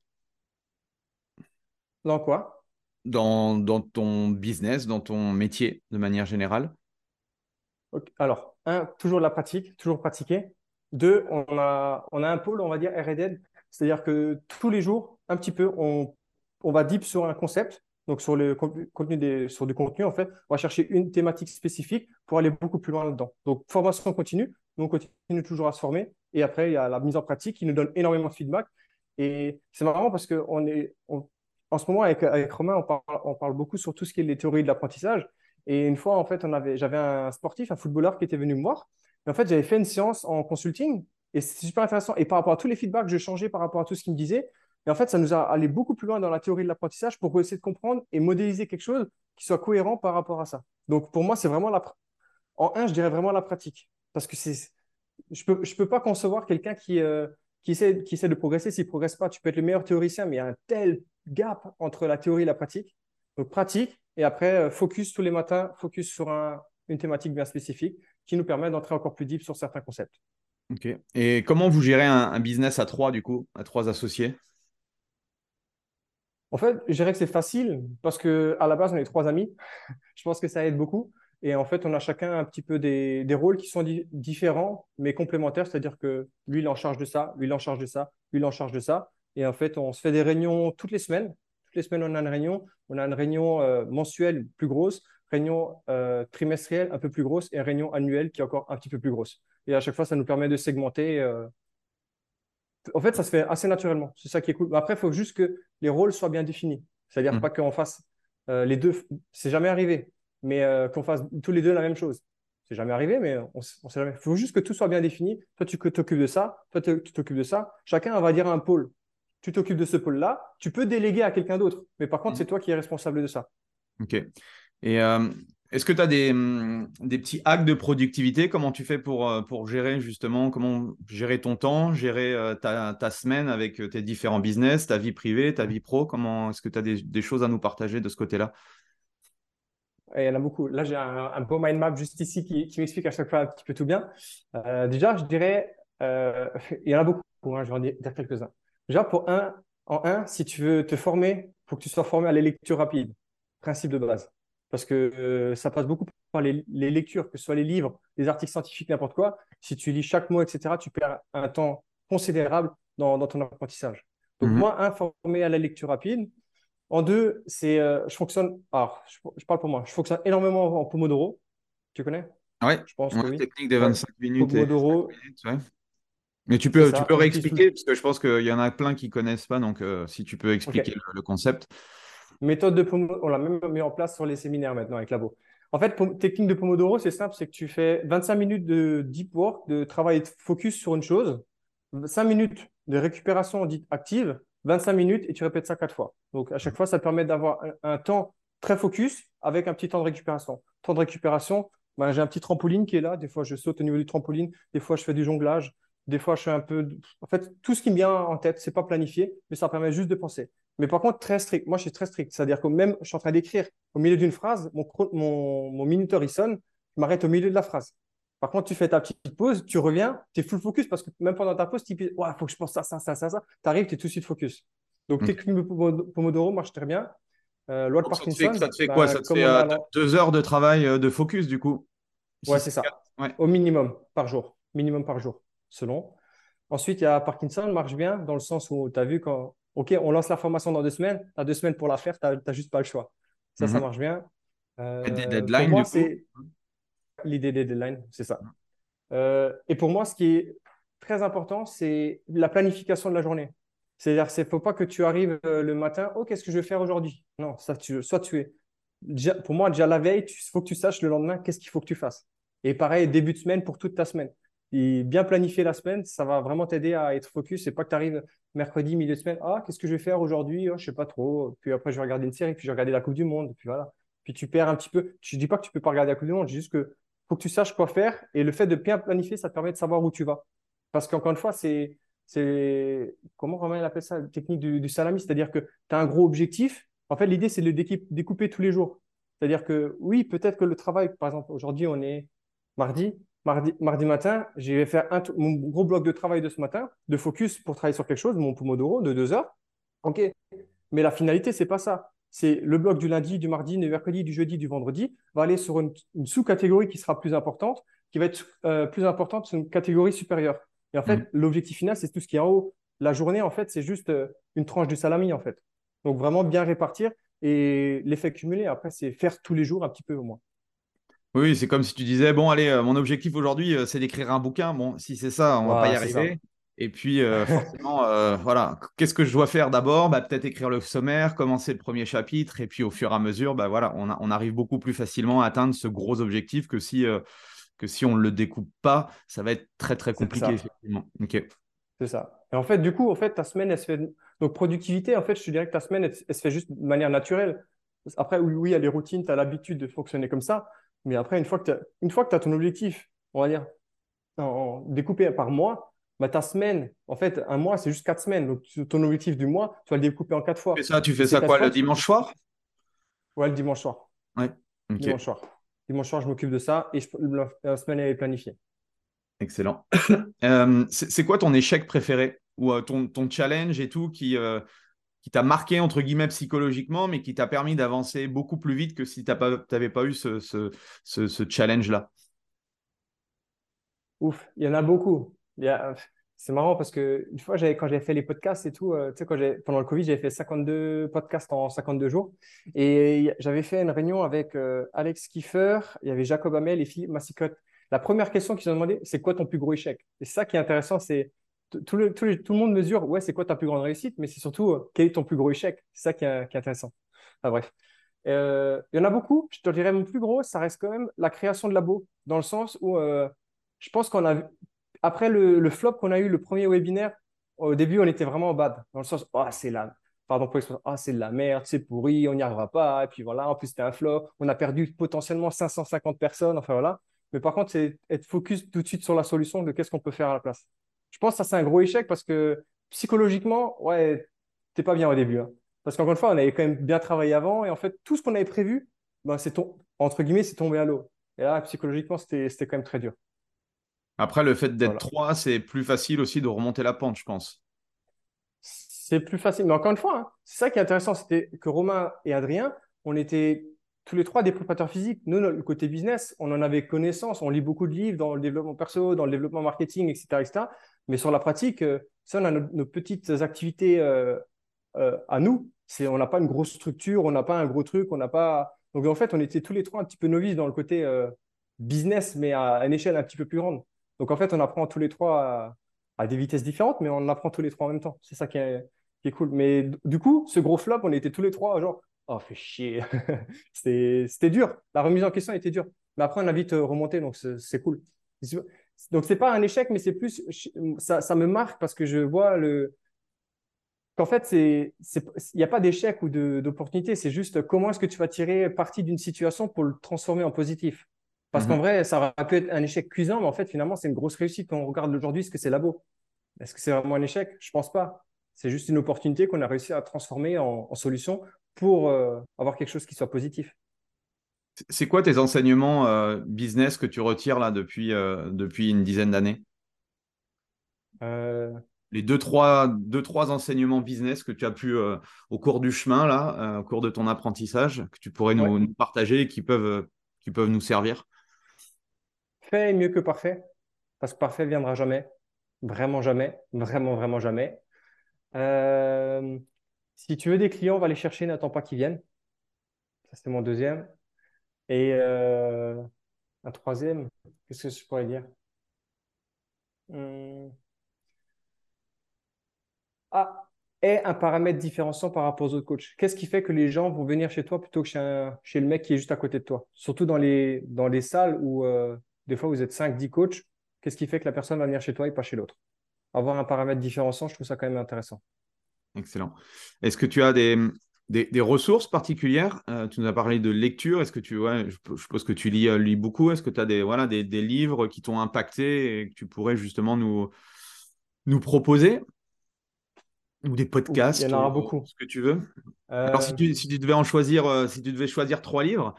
Dans quoi? Dans, dans ton business, dans ton métier, de manière générale? Okay. Alors, un, toujours de la pratique, toujours pratiquer. Deux, on a, on a un pôle, on va dire R and D, c'est-à-dire que tous les jours, un petit peu, on, on va deep sur un concept, donc sur, le contenu des, sur du contenu, en fait. On va chercher une thématique spécifique pour aller beaucoup plus loin là-dedans. Donc, formation continue, nous, on continue toujours à se former. Et après, il y a la mise en pratique qui nous donne énormément de feedback. Et c'est marrant parce qu'on est... On, En ce moment, avec, avec Romain, on parle, on parle beaucoup sur tout ce qui est les théories de l'apprentissage. Et une fois, en fait, on avait, j'avais un sportif, un footballeur qui était venu me voir. Et en fait, j'avais fait une séance en consulting et c'était super intéressant. Et par rapport à tous les feedbacks que je changeais par rapport à tout ce qu'il me disait, Et en fait, ça nous a allé beaucoup plus loin dans la théorie de l'apprentissage pour essayer de comprendre et modéliser quelque chose qui soit cohérent par rapport à ça. Donc, pour moi, c'est vraiment la, pr- en un, je dirais vraiment la pratique. Parce que c'est, je peux, je peux pas concevoir quelqu'un qui, euh, qui essaie, qui essaie de progresser s'il ne progresse pas. Tu peux être le meilleur théoricien, mais il y a un tel gap entre la théorie et la pratique. Donc, pratique, et après, euh, focus tous les matins, focus sur un- une thématique bien spécifique qui nous permet d'entrer encore plus deep sur certains concepts. Ok. Et comment vous gérez un, un business à trois, du coup, à trois associés? En fait, je dirais que c'est facile parce que à la base, on est trois amis. Je pense que ça aide beaucoup. Et en fait, on a chacun un petit peu des, des rôles qui sont di- différents, mais complémentaires. C'est-à-dire que lui, il est en charge de ça, lui, il est en charge de ça, lui, il est en charge de ça. Et en fait, on se fait des réunions toutes les semaines. Toutes les semaines, on a une réunion. On a une réunion euh, mensuelle plus grosse, réunion euh, trimestrielle un peu plus grosse et une réunion annuelle qui est encore un petit peu plus grosse. Et à chaque fois, ça nous permet de segmenter. euh, En fait, ça se fait assez naturellement. C'est ça qui est cool. Mais après, il faut juste que les rôles soient bien définis. C'est-à-dire pas Mhm. qu'on fasse euh, les deux. C'est jamais arrivé. Mais euh, qu'on fasse tous les deux la même chose. C'est jamais arrivé, mais on, s- on sait jamais. Il faut juste que tout soit bien défini. Toi, tu t'occupes de ça. Toi, tu tu t'occupes de ça. Chacun, on va dire un pôle. Tu t'occupes de ce pôle-là. Tu peux déléguer à quelqu'un d'autre. Mais par contre, c'est toi qui es responsable de ça. Ok. Et euh, est-ce que tu as des, hum, des petits hacks de productivité? Comment tu fais pour, euh, pour gérer justement, comment gérer ton temps, gérer euh, ta, ta semaine avec euh, tes différents business, ta vie privée, ta vie pro? Comment est-ce que tu as des, des choses à nous partager de ce côté-là? Et il y en a beaucoup. Là, j'ai un, un beau mind map juste ici qui, qui m'explique à chaque fois un petit peu tout bien. Euh, déjà, je dirais, euh, il y en a beaucoup, hein, je vais en dire dire quelques-uns. Déjà, pour un, en un, si tu veux te former, il faut que tu sois formé à la lecture rapide, principe de base. Parce que euh, ça passe beaucoup par les, les lectures, que ce soit les livres, les articles scientifiques, n'importe quoi. Si tu lis chaque mot, et cetera, tu perds un temps considérable dans, dans ton apprentissage. Donc, Mhm. moi, un, formé à la lecture rapide. En deux, c'est, euh, je fonctionne, alors, je, je parle pour moi, je fonctionne énormément en Pomodoro. Tu connais? Ouais, Je pense ouais, que oui. technique des Ouais. vingt-cinq minutes et cinq Pomodoro, minutes. Ouais. Mais tu c'est peux, tu ça. peux J'utilise tout. réexpliquer, parce que je pense qu'il y en a plein qui connaissent pas, donc euh, si tu peux OK. expliquer le, le concept. Méthode de Pomodoro, on l'a même mis en place sur les séminaires maintenant avec Labo. En fait, pom- technique de Pomodoro, c'est simple, c'est que tu fais vingt-cinq minutes de deep work, de travail de focus sur une chose, cinq minutes de récupération dite active, vingt-cinq minutes et tu répètes ça quatre fois. Donc, à chaque fois, ça te permet d'avoir un, un temps très focus avec un petit temps de récupération. Temps de récupération, ben, j'ai un petit trampoline qui est là. Des fois, je saute au niveau du trampoline. Des fois, je fais du jonglage. Des fois, je fais un peu. de- En fait, tout ce qui me vient en tête, c'est pas planifié, mais ça permet juste de penser. Mais par contre, très strict. Moi, je suis très strict. C'est-à-dire que même, je suis en train d'écrire au milieu d'une phrase, mon, chro- mon, mon minuteur, il sonne, je m'arrête au milieu de la phrase. Par contre, tu fais ta petite pause, tu reviens, tu es full focus parce que même pendant ta pause, tu dis, ouais, il faut que je pense ça, ça, ça, ça, ça. Tu arrives, tu es tout de suite focus. Donc, Ok. technique de Pomo- Pomodoro marche très bien. Euh, loi de Donc ça te fait, ça Parkinson, te fait quoi? bah, Ça te fait comme on euh, a. deux l'en- deux heures de travail euh, de focus, du coup? Si Ouais, c'est c'est quatre. ça. Ouais. Au minimum par jour. Minimum par jour, selon. Ensuite, il y a Parkinson, marche bien dans le sens où tu as vu quand, OK, on lance la formation dans deux semaines, tu as deux semaines pour la faire, tu n'as juste pas le choix. Ça, ça Mhm. marche bien. Et des Euh, pour deadlines, moi, du coup? c'est l'idée des deadlines, c'est ça. Euh, et pour moi, ce qui est très important, c'est la planification de la journée. C'est-à-dire, il ne faut pas que tu arrives euh, le matin, oh, qu'est-ce que je vais faire aujourd'hui? Non, ça, tu, soit tu es. Déjà- pour moi, déjà la veille, il faut que tu saches le lendemain qu'est-ce qu'il faut que tu fasses. Et pareil, début de semaine pour toute ta semaine. Et bien planifier la semaine, ça va vraiment t'aider à être focus. C'est pas que tu arrives mercredi, milieu de semaine, ah, qu'est-ce que je vais faire aujourd'hui? Oh, je sais pas trop. Puis après, je vais regarder une série, puis je vais regarder la Coupe du Monde. Puis voilà. Puis tu perds un petit peu. Je dis pas que tu peux pas regarder la Coupe du Monde, je dis juste que faut que tu saches quoi faire. Et le fait de bien planifier, ça te permet de savoir où tu vas. Parce qu'encore une fois, c'est, c'est, comment Romain il appelle ça, la technique du, du salami. C'est-à-dire que tu as un gros objectif. En fait, l'idée, c'est de le découper découper tous les jours. C'est-à-dire que oui, peut-être que le travail, par exemple, aujourd'hui, on est mardi. Mardi, mardi matin, je vais faire un, mon gros bloc de travail de ce matin, de focus pour travailler sur quelque chose, mon Pomodoro de deux heures. OK. Mais la finalité, c'est pas ça. C'est le bloc du lundi, du mardi, du mercredi, du jeudi, du vendredi, va aller sur une, une sous-catégorie qui sera plus importante, qui va être euh, plus importante sur une catégorie supérieure. Et en Mhm. fait, l'objectif final, c'est tout ce qui est en haut. La journée, en fait, c'est juste euh, une tranche du salami, en fait. Donc, vraiment bien répartir et l'effet cumulé, après, c'est faire tous les jours un petit peu au moins. Oui, c'est comme si tu disais, bon, allez, euh, mon objectif aujourd'hui, euh, c'est d'écrire un bouquin. Bon, si c'est ça, on va pas y Voilà, c'est ça. arriver. Et puis, euh, forcément, euh, voilà, qu'est-ce que je dois faire d'abord? Bah, peut-être écrire le sommaire, commencer le premier chapitre, et puis au fur et à mesure, bah, voilà, on, a- on arrive beaucoup plus facilement à atteindre ce gros objectif que si, euh, que si on ne le découpe pas, ça va être très, très C'est compliqué, ça. effectivement. Ok. C'est ça. Et en fait, du coup, en fait, ta semaine, elle se fait. Donc, productivité, en fait, je te dirais que ta semaine, elle, elle se fait juste de manière naturelle. Après, oui, oui, il y a les routines, tu as l'habitude de fonctionner comme ça. Mais après, une fois que tu as, une fois que tu as ton objectif, on va dire, en, en- découpé par mois, bah, ta semaine, en fait, un mois, c'est juste quatre semaines. Donc, tu- ton objectif du mois, tu vas le découper en quatre Et fois. ça, tu Et fais ces ça quatre quoi, le fois, tu- dimanche soir? ouais, le dimanche soir. Ouais. Ok. Dimanche soir. Dimanche soir, je m'occupe de ça et je, la, la semaine elle est planifiée. Excellent. Euh, c'est c'est quoi ton échec préféré ou euh, ton, ton challenge et tout qui, euh, qui t'a marqué entre guillemets psychologiquement, mais qui t'a permis d'avancer beaucoup plus vite que si tu n'avais pas eu ce, ce, ce, ce challenge-là? Ouf, il y en a beaucoup. Il y a, c'est marrant parce que une fois, j'avais, quand j'avais fait les podcasts et tout, euh, tu sais, quand j'ai, pendant le Covid, j'avais fait cinquante-deux podcasts en cinquante-deux jours. Et j'avais fait une réunion avec euh, Alex Kiefer, il y avait Jacob Hamel et Philippe Massicotte. La première question qu'ils ont demandé, c'est quoi ton plus gros échec? Et c'est ça qui est intéressant, c'est t- tout le, tout le, tout le monde mesure, ouais, c'est quoi ta plus grande réussite, mais c'est surtout, euh, quel est ton plus gros échec? C'est ça qui est, qui est intéressant. Enfin, bref. Euh, il y en a beaucoup. Je te dirais, mon plus gros, ça reste quand même la création de labo, dans le sens où euh, je pense qu'on a, après le, le flop qu'on a eu, le premier webinaire, au début, on était vraiment en bad, dans le sens, oh, c'est la, pardon pour l'expression, ah, c'est de la merde, c'est pourri, on n'y arrivera pas. Et puis voilà, en plus, c'était un flop. On a perdu potentiellement cinq cent cinquante personnes. Enfin voilà. Mais par contre, c'est être focus tout de suite sur la solution de qu'est-ce qu'on peut faire à la place. Je pense que ça, c'est un gros échec parce que psychologiquement, ouais, t'es pas bien au début, hein. Parce qu'encore une fois, on avait quand même bien travaillé avant et en fait, tout ce qu'on avait prévu, ben, c'est tom- entre guillemets, c'est tombé à l'eau. Et là, psychologiquement, c'était, c'était quand même très dur. Après, le fait d'être Voilà. trois, c'est plus facile aussi de remonter la pente, je pense. C'est plus facile. Mais encore une fois, hein, c'est ça qui est intéressant, c'était que Romain et Adrien, on était tous les trois des préparateurs physiques. Nous, le côté business, on en avait connaissance, on lit beaucoup de livres dans le développement perso, dans le développement marketing, et cetera, et cetera. Mais sur la pratique, euh, ça, on a nos, nos petites activités euh, euh, à nous. C'est, on n'a pas une grosse structure, on n'a pas un gros truc, on n'a pas. Donc en fait, on était tous les trois un petit peu novices dans le côté euh, business, mais à, à une échelle un petit peu plus grande. Donc en fait, on apprend tous les trois à, à des vitesses différentes, mais on apprend tous les trois en même temps. C'est ça qui est, qui est cool. Mais d- du coup, ce gros flop, on était tous les trois genre, oh, fait chier. C'était, c'était dur. La remise en question était dure. Mais après, on a vite euh, remonté, donc c'est c'est cool. Donc c'est pas un échec, mais c'est plus, ça, ça me marque parce que je vois le, qu'en fait, c'est, c'est, il n'y a pas d'échec ou de- d'opportunité, c'est juste comment est-ce que tu vas tirer parti d'une situation pour le transformer en positif. Parce qu'en Mhm. vrai, ça aurait pu être un échec cuisant, mais en fait, finalement, c'est une grosse réussite quand on regarde aujourd'hui ce que c'est labo. Est-ce que c'est vraiment un échec? Je pense pas. C'est juste une opportunité qu'on a réussi à transformer en, en solution pour euh, avoir quelque chose qui soit positif. C'est quoi tes enseignements euh, business que tu retires là depuis, euh, depuis une dizaine d'années? Euh, Les deux trois, deux, trois enseignements business que tu as pu, euh, au cours du chemin, là, euh, au cours de ton apprentissage, que tu pourrais ouais. nous, nous partager et qui peuvent, euh, qui peuvent nous servir. Fait est mieux que parfait, parce que parfait viendra jamais. Vraiment jamais. Vraiment, vraiment jamais. Euh, si tu veux des clients, va les chercher, n'attends pas qu'ils viennent. Ça, c'est mon deuxième. Et euh, un troisième, qu'est-ce que je pourrais dire? Hum, Ah, est un paramètre différenciant par rapport aux autres coachs. Qu'est-ce qui fait que les gens vont venir chez toi plutôt que chez, un- chez le mec qui est juste à côté de toi? Surtout dans les, dans les salles où euh, des fois vous êtes cinq, dix coachs. Qu'est-ce qui fait que la personne va venir chez toi et pas chez l'autre? Avoir un paramètre différenciant, je trouve ça quand même intéressant. Excellent. Est-ce que tu as des, des, des ressources particulières? Euh, tu nous as parlé de lecture. Est-ce que tu, ouais, je, je suppose que tu lis, euh, lis beaucoup. Est-ce que tu as des, voilà, des, des livres qui t'ont impacté et que tu pourrais justement nous, nous proposer? Ou des Ouf, il y podcasts en ou aura beaucoup. ce que tu veux? Alors, si Euh, tu, si tu devais en choisir, euh, si tu devais choisir trois livres,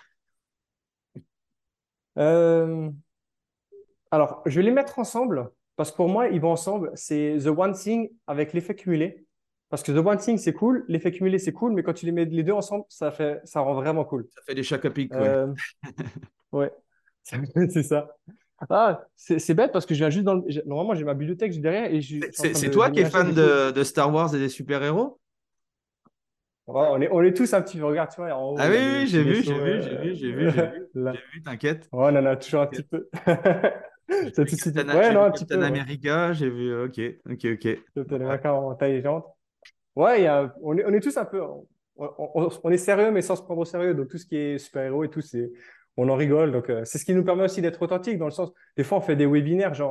euh, alors, je vais les mettre ensemble parce que pour moi, ils vont ensemble. C'est The One Thing avec l'effet cumulé. Parce que The One Thing, c'est cool, l'effet cumulé, c'est cool, mais quand tu les mets les deux ensemble, ça fait, ça rend vraiment cool. ça fait des chaque à pic, ouais. Euh, ouais, c'est ça. Ah, c'est c'est bête parce que je viens juste dans le... j'ai- Normalement, j'ai ma bibliothèque juste derrière et je, je C'est suis en c'est- train c'est de toi qui es déménager. fan Du coup, de, de Star Wars et des super-héros? ouais, on est, on est tous un petit peu. Regarde, tu vois, en haut, Ah il y oui, a le oui, petit j'ai vu, vaisseau. j'ai vu, j'ai euh, vu, j'ai vu, j'ai vu, j'ai là. vu, t'inquiète. Ouais, on en a toujours un petit T'inquiète. peu. J'ai C'est vu tout de suite. Captain, Ouais, j'ai non, vu un petit Captain peu. Ouais. America, j'ai vu, ok, ok, ok. Captain Ouais. America en taille géante. Ouais, il y a, on est, on est tous un peu. On, on- on est sérieux, mais sans se prendre au sérieux. Donc, tout ce qui est super-héros et tout, c'est, on en rigole. Donc, euh, c'est ce qui nous permet aussi d'être authentique dans le sens. Des fois, on fait des webinaires, genre.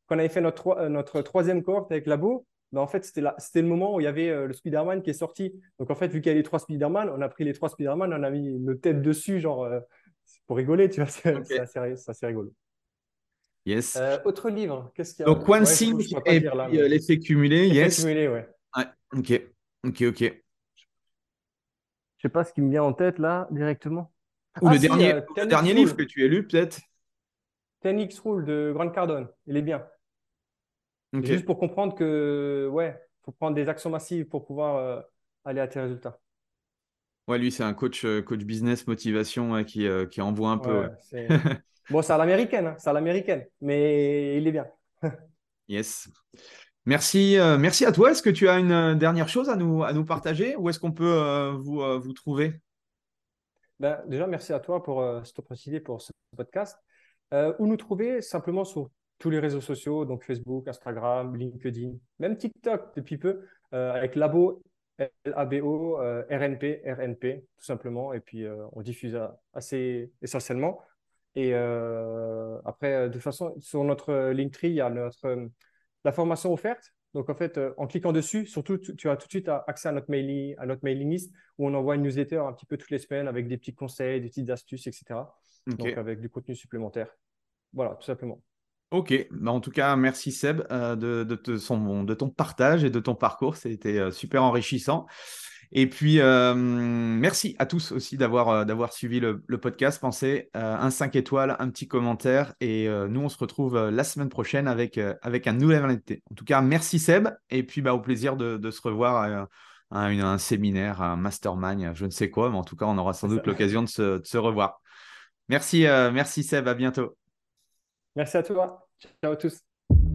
quand on avait fait notre, notre troisième cohorte avec Labo, ben, en fait, c'était, la, c'était le moment où il y avait euh, le Spider-Man qui est sorti. Donc, en fait, vu qu'il y a les trois Spider-Man, on a pris les trois Spider-Man, on a mis nos têtes dessus, genre, euh, pour rigoler, tu vois, c'est, Ok. c'est, assez, c'est assez rigolo. Yes. Euh, autre livre, qu'est-ce qu'il y a? Donc, One Ouais, je ne Sync pourrais pas et dire là, puis euh, mais l'effet cumulé, effet yes. cumulé, ouais. Ouais, ok, ok, ok. Je sais pas ce qui me vient en tête là, directement. Ou Ah le si, dernier, euh, ou le ten X dernier livre que Rule. tu as lu, peut-être. ten X Rule de Grant Cardone, il est bien. Ok. Juste pour comprendre que, ouais, faut prendre des actions massives pour pouvoir euh, aller à tes résultats. Ouais, lui, c'est un coach, euh, coach business motivation ouais, qui, euh, qui envoie un peu. Ouais, Ouais. c'est... Bon, c'est à l'américaine, hein, c'est à l'américaine, mais il est bien. Yes. Merci, euh, merci à toi. Est-ce que tu as une euh, dernière chose à nous, à nous partager? Où est-ce qu'on peut euh, vous, euh, vous trouver? Ben, déjà, merci à toi pour euh, cette opportunité, pour ce podcast. Euh, où nous trouver? Simplement sur tous les réseaux sociaux, donc Facebook, Instagram, LinkedIn, même TikTok depuis peu, euh, avec Labo, L A B O, euh, R N P, R N P, tout simplement. Et puis, euh, on diffuse à- assez essentiellement. Et euh, après, euh, de toute façon, sur notre Linktree, il y a notre, euh, la formation offerte. Donc, en fait, euh, en cliquant dessus, surtout, tu, tu as tout de suite accès à notre mailing, à notre mailing list où on envoie une newsletter un petit peu toutes les semaines avec des petits conseils, des petites astuces, et cetera. Donc, Ok. avec du contenu supplémentaire. Voilà, tout simplement. Ok. Bah, en tout cas, merci Seb euh, de, de, te- son- de ton partage et de ton parcours. C'était euh, super enrichissant. Et puis, euh, merci à tous aussi d'avoir euh, d'avoir suivi le, le podcast. Pensez euh, un cinq étoiles, un petit commentaire. Et euh, nous, on se retrouve euh, la semaine prochaine avec, euh, avec un nouvel invité. En tout cas, merci Seb. Et puis, bah, au plaisir de, de se revoir euh, à un, un séminaire, un mastermind, je ne sais quoi. Mais en tout cas, on aura sans C'est ça. doute l'occasion de se, de se revoir. Merci, euh, merci Seb. À bientôt. Merci à toi. Ciao à tous.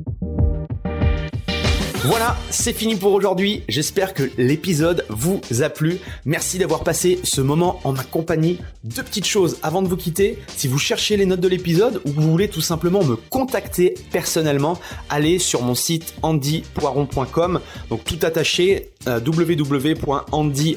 Voilà, c'est fini pour aujourd'hui. J'espère que l'épisode vous a plu. Merci d'avoir passé ce moment en ma compagnie. Deux petites choses avant de vous quitter. Si vous cherchez les notes de l'épisode ou que vous voulez tout simplement me contacter personnellement, allez sur mon site andy poiron point com. Donc tout attaché, euh, w w w point andy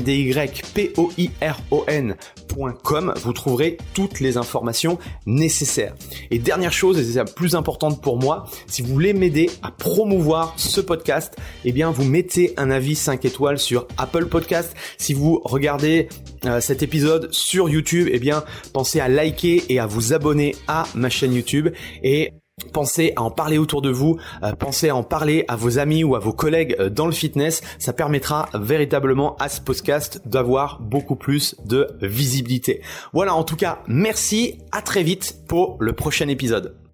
poiron point com. Vous trouverez toutes les informations nécessaires. Et dernière chose, et c'est la plus importante pour moi, si vous voulez m'aider à promouvoir ce podcast, eh bien vous mettez un avis cinq étoiles sur Apple Podcast. Si vous regardez euh, cet épisode sur YouTube, eh bien pensez à liker et à vous abonner à ma chaîne YouTube et pensez à en parler autour de vous, euh, pensez à en parler à vos amis ou à vos collègues euh, dans le fitness. Ça permettra véritablement à ce podcast d'avoir beaucoup plus de visibilité. Voilà, en tout cas, merci, à très vite pour le prochain épisode.